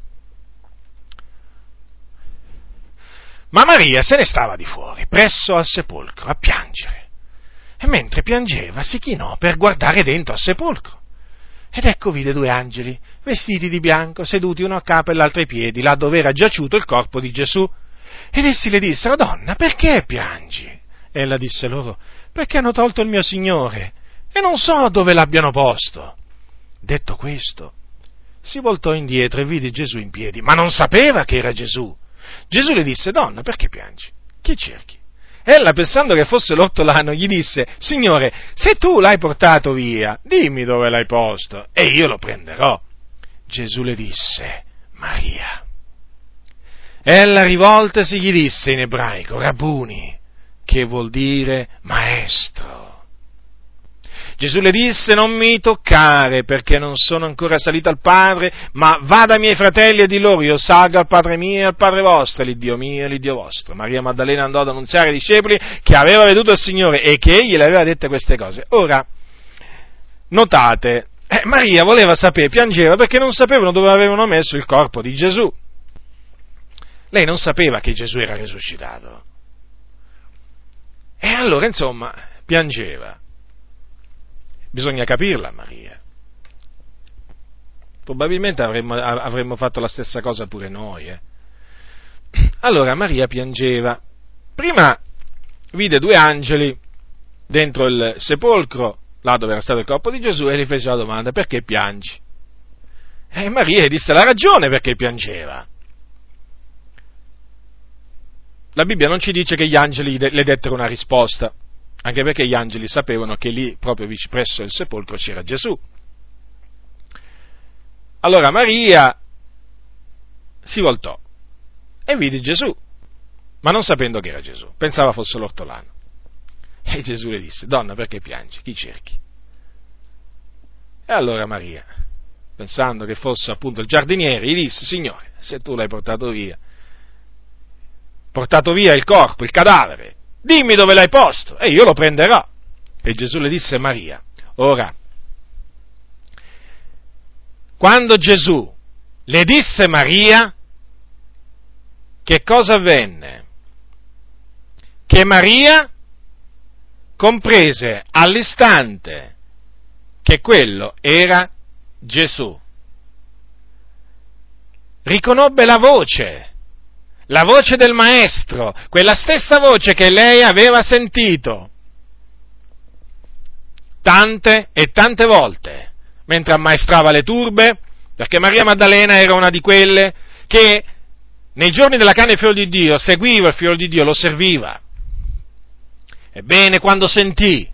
Ma Maria se ne stava di fuori, presso al sepolcro, a piangere. E mentre piangeva si chinò per guardare dentro al sepolcro. Ed ecco vide due angeli, vestiti di bianco, seduti uno a capo e l'altro ai piedi, là dove era giaciuto il corpo di Gesù. Ed essi le dissero: Donna, perché piangi? Ella disse loro: Perché hanno tolto il mio Signore, e non so dove l'abbiano posto. Detto questo, si voltò indietro e vide Gesù in piedi, ma non sapeva che era Gesù. Gesù le disse: Donna, perché piangi? Chi cerchi? Ella, pensando che fosse l'ortolano, gli disse: Signore, se tu l'hai portato via, dimmi dove l'hai posto, e io lo prenderò. Gesù le disse: Maria. Ella, rivoltasi, gli disse in ebraico: Rabbuni, che vuol dire maestro. Gesù le disse: Non mi toccare, perché non sono ancora salito al Padre, ma vada ai miei fratelli e di loro: Io salgo al Padre mio e al Padre vostro, e l'Iddio mio e l'Iddio vostro. Maria Maddalena andò ad annunziare ai discepoli che aveva veduto il Signore e che egli le aveva dette queste cose. Ora, notate, Maria voleva sapere, piangeva perché non sapevano dove avevano messo il corpo di Gesù. Lei non sapeva che Gesù era risuscitato. E allora, insomma, piangeva. Bisogna capirla, Maria. Probabilmente avremmo fatto la stessa cosa pure noi. Allora Maria piangeva. Prima vide due angeli dentro il sepolcro, là dove era stato il corpo di Gesù, e gli fece la domanda: perché piangi? E Maria disse la ragione perché piangeva. La Bibbia non ci dice che gli angeli le dettero una risposta, anche perché gli angeli sapevano che lì, proprio presso il sepolcro, c'era Gesù. Allora Maria si voltò e vide Gesù, ma non sapendo che era Gesù, pensava fosse l'ortolano. E Gesù le disse: Donna, perché piangi? Chi cerchi? E allora Maria, pensando che fosse appunto il giardiniere, gli disse: Signore, se tu l'hai portato via il corpo, il cadavere, dimmi dove l'hai posto e io lo prenderò. E Gesù le disse: Maria. Ora, quando Gesù le disse Maria, che cosa avvenne? Che Maria comprese all'istante che quello era Gesù. Riconobbe la voce del Maestro, quella stessa voce che lei aveva sentito tante e tante volte mentre ammaestrava le turbe, perché Maria Maddalena era una di quelle che nei giorni della carne del Figlio di Dio seguiva il Figlio di Dio, lo serviva. Ebbene, quando sentì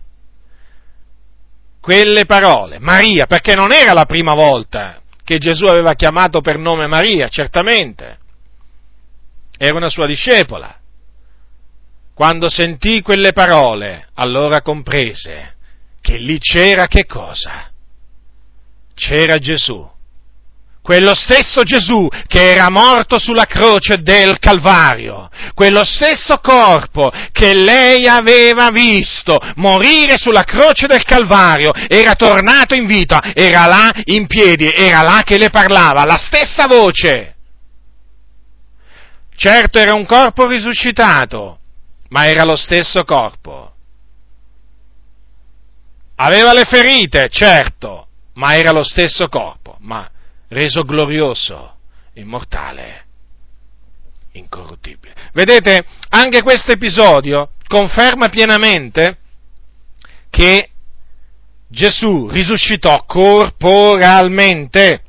quelle parole, Maria, perché non era la prima volta che Gesù aveva chiamato per nome Maria, certamente, era una sua discepola. Quando sentì quelle parole, allora comprese che lì c'era che cosa? C'era Gesù. Quello stesso Gesù che era morto sulla croce del Calvario, quello stesso corpo che lei aveva visto morire sulla croce del Calvario, era tornato in vita, era là in piedi, era là che le parlava, la stessa voce. Certo era un corpo risuscitato, ma era lo stesso corpo. Aveva le ferite, certo, ma era lo stesso corpo, ma reso glorioso, immortale, incorruttibile. Vedete, anche questo episodio conferma pienamente che Gesù risuscitò corporalmente.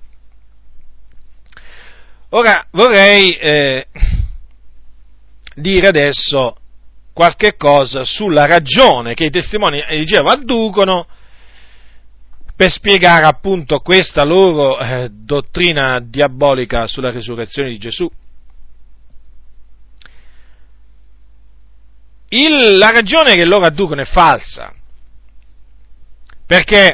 Ora vorrei dire adesso qualche cosa sulla ragione che i testimoni di Geova adducono per spiegare appunto questa loro dottrina diabolica sulla risurrezione di Gesù. La ragione che loro adducono è falsa, perché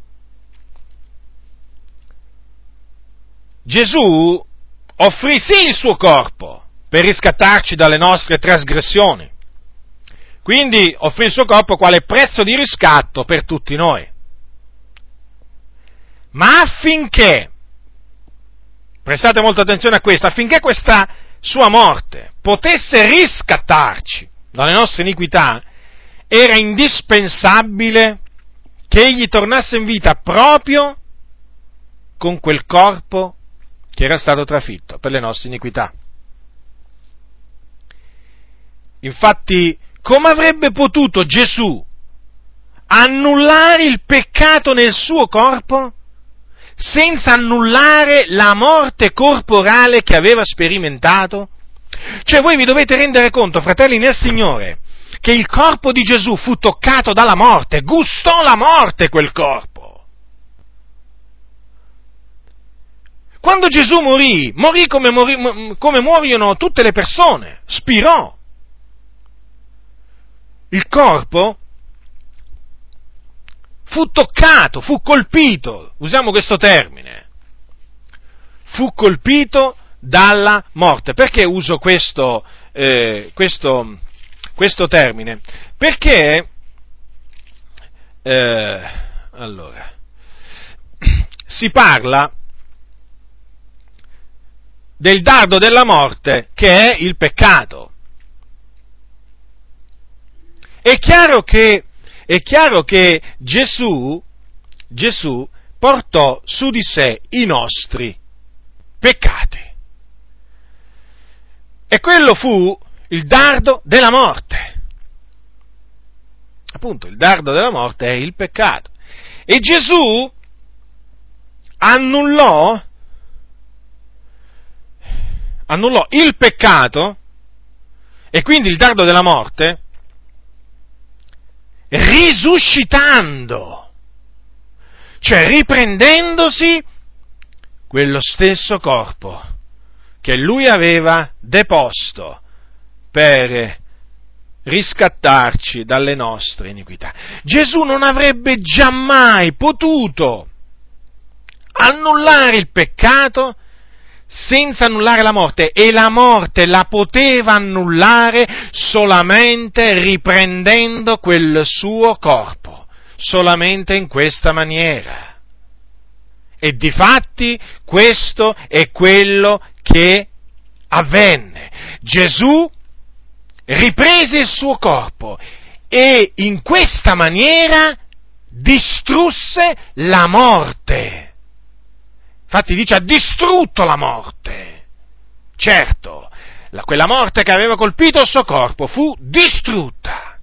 Gesù offrì sì il suo corpo per riscattarci dalle nostre trasgressioni, quindi offrì il suo corpo quale prezzo di riscatto per tutti noi. Ma affinché, prestate molta attenzione a questo, affinché questa sua morte potesse riscattarci dalle nostre iniquità, era indispensabile che egli tornasse in vita proprio con quel corpo che era stato trafitto per le nostre iniquità. Infatti, come avrebbe potuto Gesù annullare il peccato nel suo corpo senza annullare la morte corporale che aveva sperimentato? Cioè voi vi dovete rendere conto, fratelli nel Signore, che il corpo di Gesù fu toccato dalla morte, gustò la morte quel corpo. Quando Gesù morì come muoiono tutte le persone, spirò. Il corpo fu toccato, fu colpito, usiamo questo termine, fu colpito dalla morte. Perché uso questo termine? Perché, allora, si parla del dardo della morte che è il peccato. È chiaro che Gesù portò su di sé i nostri peccati. E quello fu il dardo della morte. Appunto, il dardo della morte è il peccato. E Gesù annullò il peccato, e quindi il dardo della morte, risuscitando, cioè riprendendosi quello stesso corpo che lui aveva deposto per riscattarci dalle nostre iniquità. Gesù non avrebbe giammai potuto annullare il peccato senza annullare la morte, e la morte la poteva annullare solamente riprendendo quel suo corpo, solamente in questa maniera. E difatti questo è quello che avvenne. Gesù riprese il suo corpo e in questa maniera distrusse la morte. Infatti dice, ha distrutto la morte. Certo, quella morte che aveva colpito il suo corpo fu distrutta.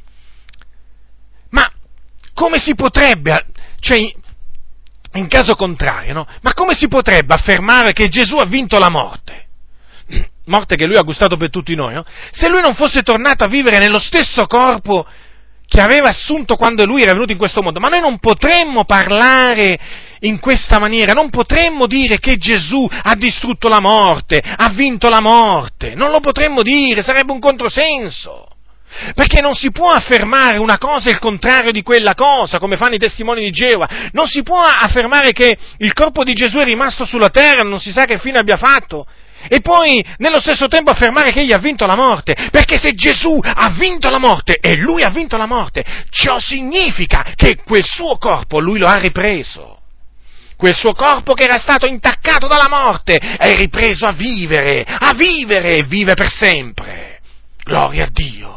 Ma come si potrebbe, cioè in caso contrario, no? Ma come si potrebbe affermare che Gesù ha vinto la morte? Morte che lui ha gustato per tutti noi, no? Se lui non fosse tornato a vivere nello stesso corpo che aveva assunto quando lui era venuto in questo mondo. Ma noi non potremmo parlare in questa maniera, non potremmo dire che Gesù ha distrutto la morte, ha vinto la morte, non lo potremmo dire, sarebbe un controsenso. Perché non si può affermare una cosa e il contrario di quella cosa, come fanno i testimoni di Geova. Non si può affermare che il corpo di Gesù è rimasto sulla terra, non si sa che fine abbia fatto, e poi nello stesso tempo affermare che egli ha vinto la morte. Perché se Gesù ha vinto la morte e lui ha vinto la morte, ciò significa che quel suo corpo lui lo ha ripreso. Quel suo corpo che era stato intaccato dalla morte è ripreso a vivere e vive per sempre. Gloria a Dio.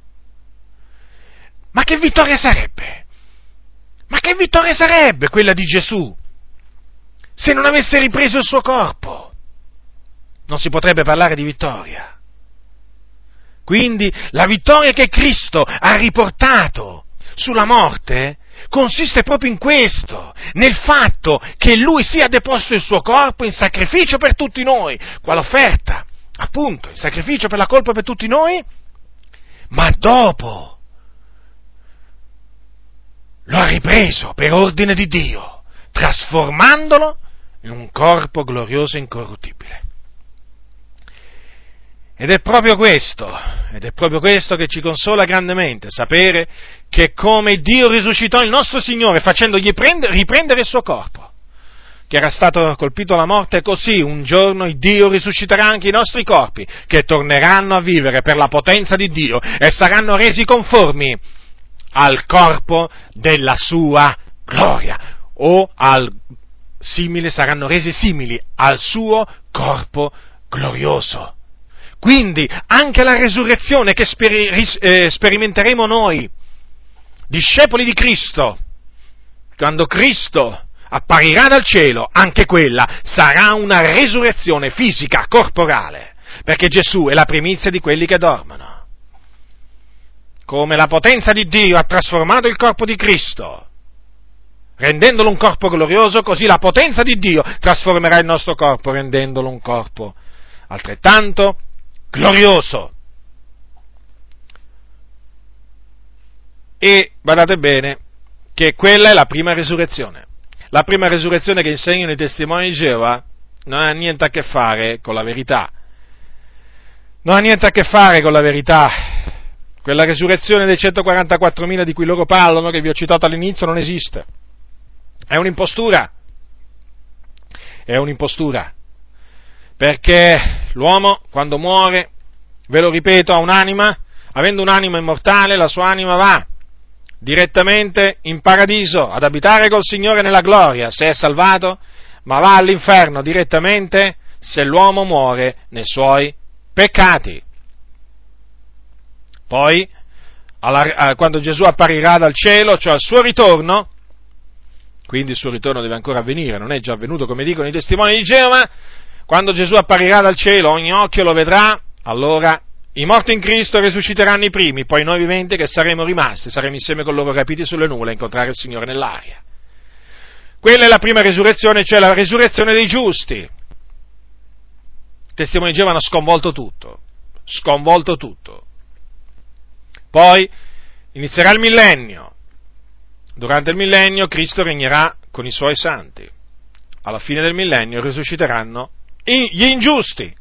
Ma che vittoria sarebbe? Ma che vittoria sarebbe quella di Gesù? se non avesse ripreso il suo corpo, non si potrebbe parlare di vittoria. Quindi la vittoria che Cristo ha riportato sulla morte consiste proprio in questo, nel fatto che Lui sia deposto il suo corpo in sacrificio per tutti noi, quale offerta, appunto, il sacrificio per la colpa per tutti noi, ma dopo lo ha ripreso per ordine di Dio, trasformandolo in un corpo glorioso e incorruttibile. Ed è proprio questo che ci consola grandemente, sapere che come Dio risuscitò il nostro Signore facendogli riprendere il suo corpo, che era stato colpito alla morte, così un giorno Dio risusciterà anche i nostri corpi, che torneranno a vivere per la potenza di Dio e saranno resi conformi al corpo della sua gloria, o saranno resi simili al suo corpo glorioso. Quindi anche la resurrezione che sperimenteremo noi, discepoli di Cristo, quando Cristo apparirà dal cielo, anche quella sarà una resurrezione fisica, corporale, perché Gesù è la primizia di quelli che dormono. Come la potenza di Dio ha trasformato il corpo di Cristo, rendendolo un corpo glorioso, così la potenza di Dio trasformerà il nostro corpo, rendendolo un corpo altrettanto glorioso. E badate bene che quella è la prima resurrezione. La prima resurrezione che insegnano i testimoni di Geova non ha niente a che fare con la verità. Non ha niente a che fare con la verità. Quella resurrezione dei 144.000 di cui loro parlano, che vi ho citato all'inizio, non esiste. È un'impostura. È un'impostura. Perché l'uomo, quando muore, ve lo ripeto, ha un'anima, avendo un'anima immortale, la sua anima va direttamente in paradiso, ad abitare col Signore nella gloria, se è salvato, ma va all'inferno direttamente se l'uomo muore nei suoi peccati. Poi, quando Gesù apparirà dal cielo, cioè al suo ritorno, quindi il suo ritorno deve ancora avvenire, non è già avvenuto come dicono i testimoni di Geova, quando Gesù apparirà dal cielo, ogni occhio lo vedrà, allora i morti in Cristo risusciteranno i primi, poi noi viventi che saremo rimasti, saremo insieme con loro rapiti sulle nuvole a incontrare il Signore nell'aria. Quella è la prima resurrezione, cioè la resurrezione dei giusti. I testimoni di Geova hanno sconvolto tutto. Poi inizierà il millennio. Durante il millennio Cristo regnerà con i suoi santi. Alla fine del millennio risusciteranno gli ingiusti,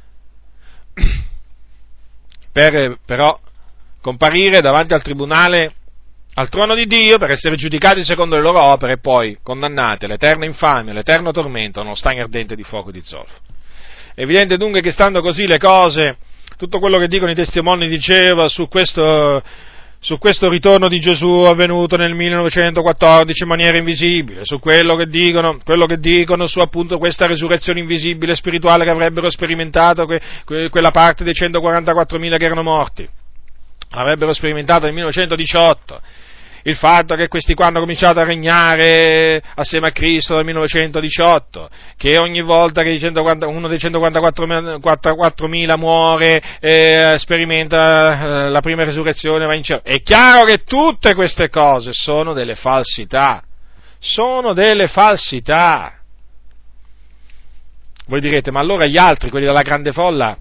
per però comparire davanti al tribunale, al trono di Dio, per essere giudicati secondo le loro opere e poi condannati all'eterna infamia, all'eterno tormento, nello stagno ardente di fuoco e di zolfo. È evidente dunque che stando così le cose, tutto quello che dicono i testimoni di Geova su questo ritorno di Gesù avvenuto nel 1914 in maniera invisibile, su quello che dicono su appunto questa resurrezione invisibile spirituale che avrebbero sperimentato quella parte dei 144.000 che erano morti, l'avrebbero sperimentato nel 1918, il fatto che questi qua hanno cominciato a regnare assieme a Cristo dal 1918, che ogni volta che uno dei 144.000 muore, sperimenta la prima resurrezione, va in cielo. È chiaro che tutte queste cose sono delle falsità. Voi direte, ma allora gli altri, quelli della grande folla,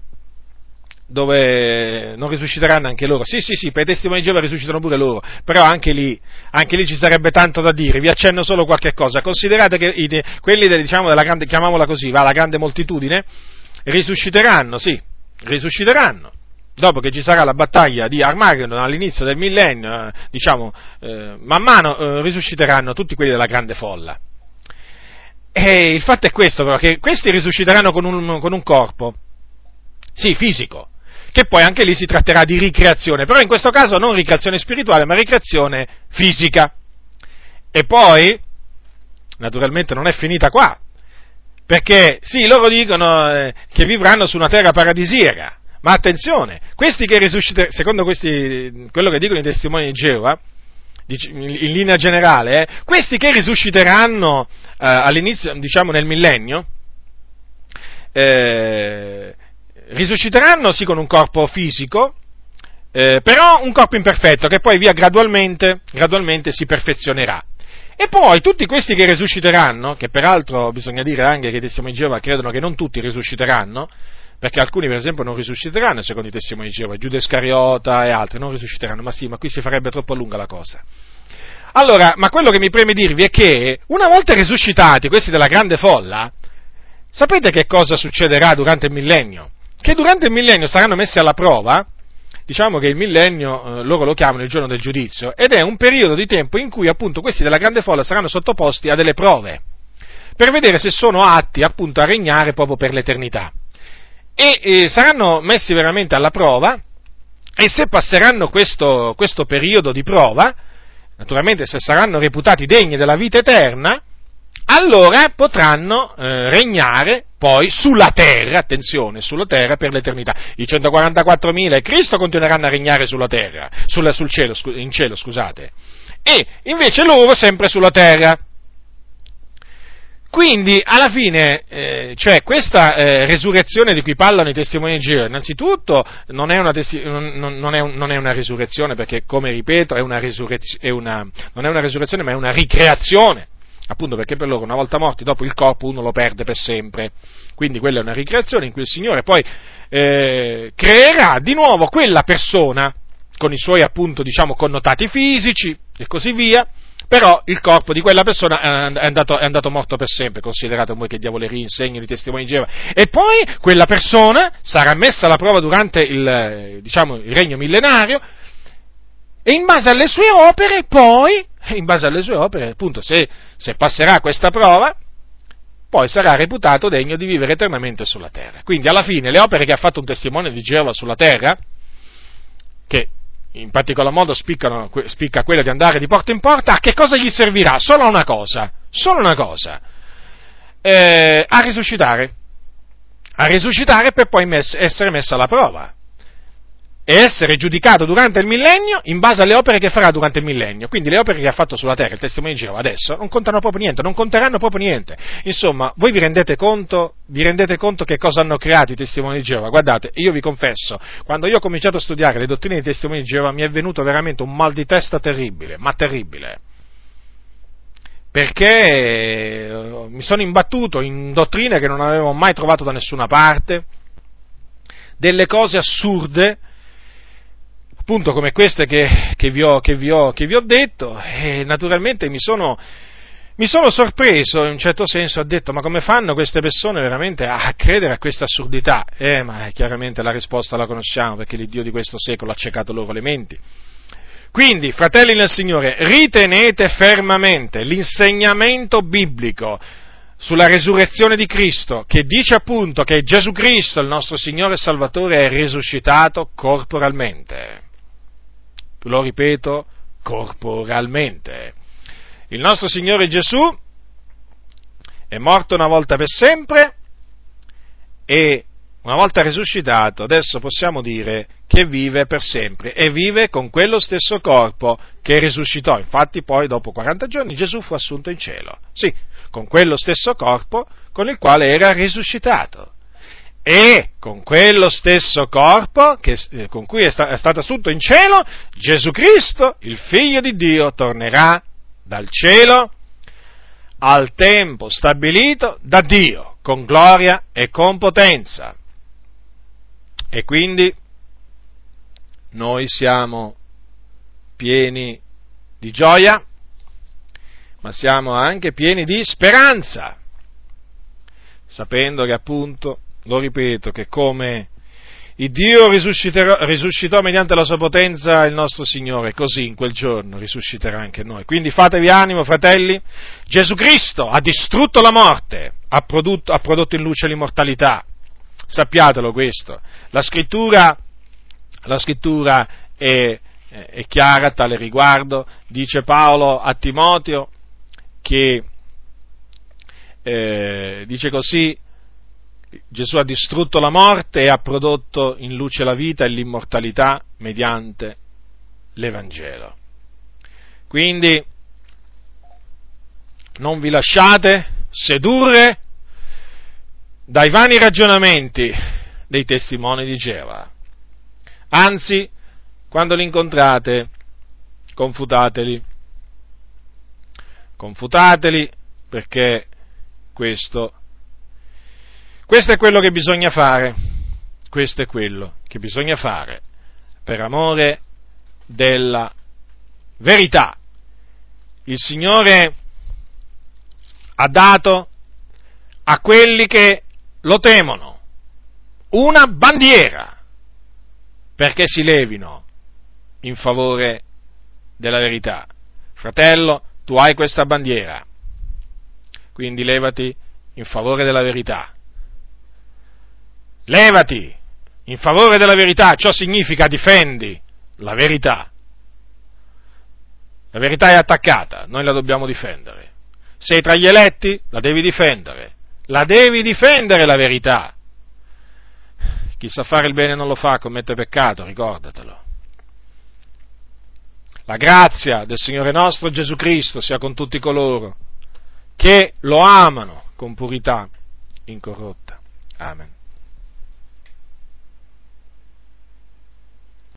dove non risusciteranno anche loro? Sì, per i testimoni di Geova risuscitano pure loro, però anche lì ci sarebbe tanto da dire, vi accenno solo qualche cosa. Considerate che quelli della grande, chiamiamola così, la grande moltitudine, risusciteranno, dopo che ci sarà la battaglia di Armageddon all'inizio del millennio, man mano risusciteranno tutti quelli della grande folla. E il fatto è questo, però, che questi risusciteranno con un corpo, sì, fisico, che poi anche lì si tratterà di ricreazione, però in questo caso non ricreazione spirituale, ma ricreazione fisica. E poi, naturalmente non è finita qua, perché sì, loro dicono che vivranno su una terra paradisiaca, ma attenzione, questi che risusciteranno, secondo quello che dicono i testimoni di Geova, in linea generale, questi che risusciteranno all'inizio, diciamo nel millennio, risusciteranno sì con un corpo fisico, però un corpo imperfetto che poi via gradualmente si perfezionerà. E poi tutti questi che risusciteranno, che peraltro bisogna dire anche che i testimoni di Geova credono che non tutti risusciteranno, perché alcuni per esempio non risusciteranno secondo i testimoni di Geova, Giuda Iscariota e altri non risusciteranno, ma qui si farebbe troppo lunga la cosa. Allora, ma quello che mi preme dirvi è che una volta risuscitati questi della grande folla, sapete che cosa succederà durante il millennio? Che durante il millennio saranno messi alla prova. Diciamo che il millennio loro lo chiamano il giorno del giudizio, ed è un periodo di tempo in cui appunto questi della grande folla saranno sottoposti a delle prove, per vedere se sono atti appunto a regnare proprio per l'eternità. E saranno messi veramente alla prova, e se passeranno questo periodo di prova, naturalmente se saranno reputati degni della vita eterna, allora potranno regnare poi sulla terra, attenzione, sulla terra per l'eternità. I 144.000 e Cristo continueranno a regnare sulla terra, in cielo, scusate, e invece loro sempre sulla terra. Quindi, alla fine, cioè questa resurrezione di cui parlano i testimoni di Geova, innanzitutto non è una resurrezione, perché, come ripeto, non è una resurrezione, ma è una ricreazione. Appunto perché per loro una volta morti, dopo il corpo uno lo perde per sempre, quindi quella è una ricreazione in cui il Signore poi creerà di nuovo quella persona con i suoi appunto diciamo connotati fisici e così via, però il corpo di quella persona è andato morto per sempre. Considerate voi che diavoleria insegnano i testimoni di Geova. E poi quella persona sarà messa alla prova durante il regno millenario, e in base alle sue opere, appunto, se passerà questa prova, poi sarà reputato degno di vivere eternamente sulla terra. Quindi, alla fine, le opere che ha fatto un testimone di Geova sulla terra, che in particolar modo spicca quella di andare di porta in porta, a che cosa gli servirà? Solo una cosa, a risuscitare per poi essere messo alla prova e essere giudicato durante il millennio in base alle opere che farà durante il millennio. Quindi le opere che ha fatto sulla terra il testimone di Geova adesso non contano proprio niente, non conteranno proprio niente. Insomma, voi vi rendete conto che cosa hanno creato i testimoni di Geova? Guardate, io vi confesso, quando io ho cominciato a studiare le dottrine dei testimoni di Geova mi è venuto veramente un mal di testa terribile, ma terribile. Perché mi sono imbattuto in dottrine che non avevo mai trovato da nessuna parte, delle cose assurde, appunto come queste che vi ho detto, e naturalmente mi sono sorpreso, in un certo senso, ho detto, ma come fanno queste persone veramente a credere a questa assurdità? Ma chiaramente la risposta la conosciamo, perché l'Iddio di questo secolo ha accecato loro le menti. Quindi, fratelli nel Signore, ritenete fermamente l'insegnamento biblico sulla resurrezione di Cristo, che dice appunto che Gesù Cristo, il nostro Signore e Salvatore, è risuscitato corporalmente. Lo ripeto, corporalmente. Il nostro Signore Gesù è morto una volta per sempre e una volta risuscitato, adesso possiamo dire che vive per sempre e vive con quello stesso corpo che risuscitò. Infatti poi dopo 40 giorni Gesù fu assunto in cielo. Sì, con quello stesso corpo con il quale era risuscitato. E con quello stesso corpo con cui è stato assunto in cielo, Gesù Cristo, il Figlio di Dio, tornerà dal cielo al tempo stabilito da Dio, con gloria e con potenza. E quindi noi siamo pieni di gioia, ma siamo anche pieni di speranza, sapendo che appunto, lo ripeto, che come il Dio risuscitò mediante la sua potenza il nostro Signore, così in quel giorno risusciterà anche noi. Quindi fatevi animo, fratelli, Gesù Cristo ha distrutto la morte, ha prodotto in luce l'immortalità, sappiatelo questo. La scrittura è chiara a tale riguardo, dice Paolo a Timoteo che dice così: Gesù ha distrutto la morte e ha prodotto in luce la vita e l'immortalità mediante l'Evangelo. Quindi non vi lasciate sedurre dai vani ragionamenti dei testimoni di Geova. Anzi, quando li incontrate, confutateli perché questo è quello che bisogna fare. Questo è quello che bisogna fare per amore della verità. Il Signore ha dato a quelli che lo temono una bandiera perché si levino in favore della verità. Fratello, tu hai questa bandiera, quindi levati in favore della verità. Levati in favore della verità, ciò significa difendi la verità. La verità è attaccata, noi la dobbiamo difendere. Sei tra gli eletti, la devi difendere la verità. Chi sa fare il bene non lo fa, commette peccato, ricordatelo. La grazia del Signore nostro Gesù Cristo sia con tutti coloro che lo amano con purità incorrotta. Amen.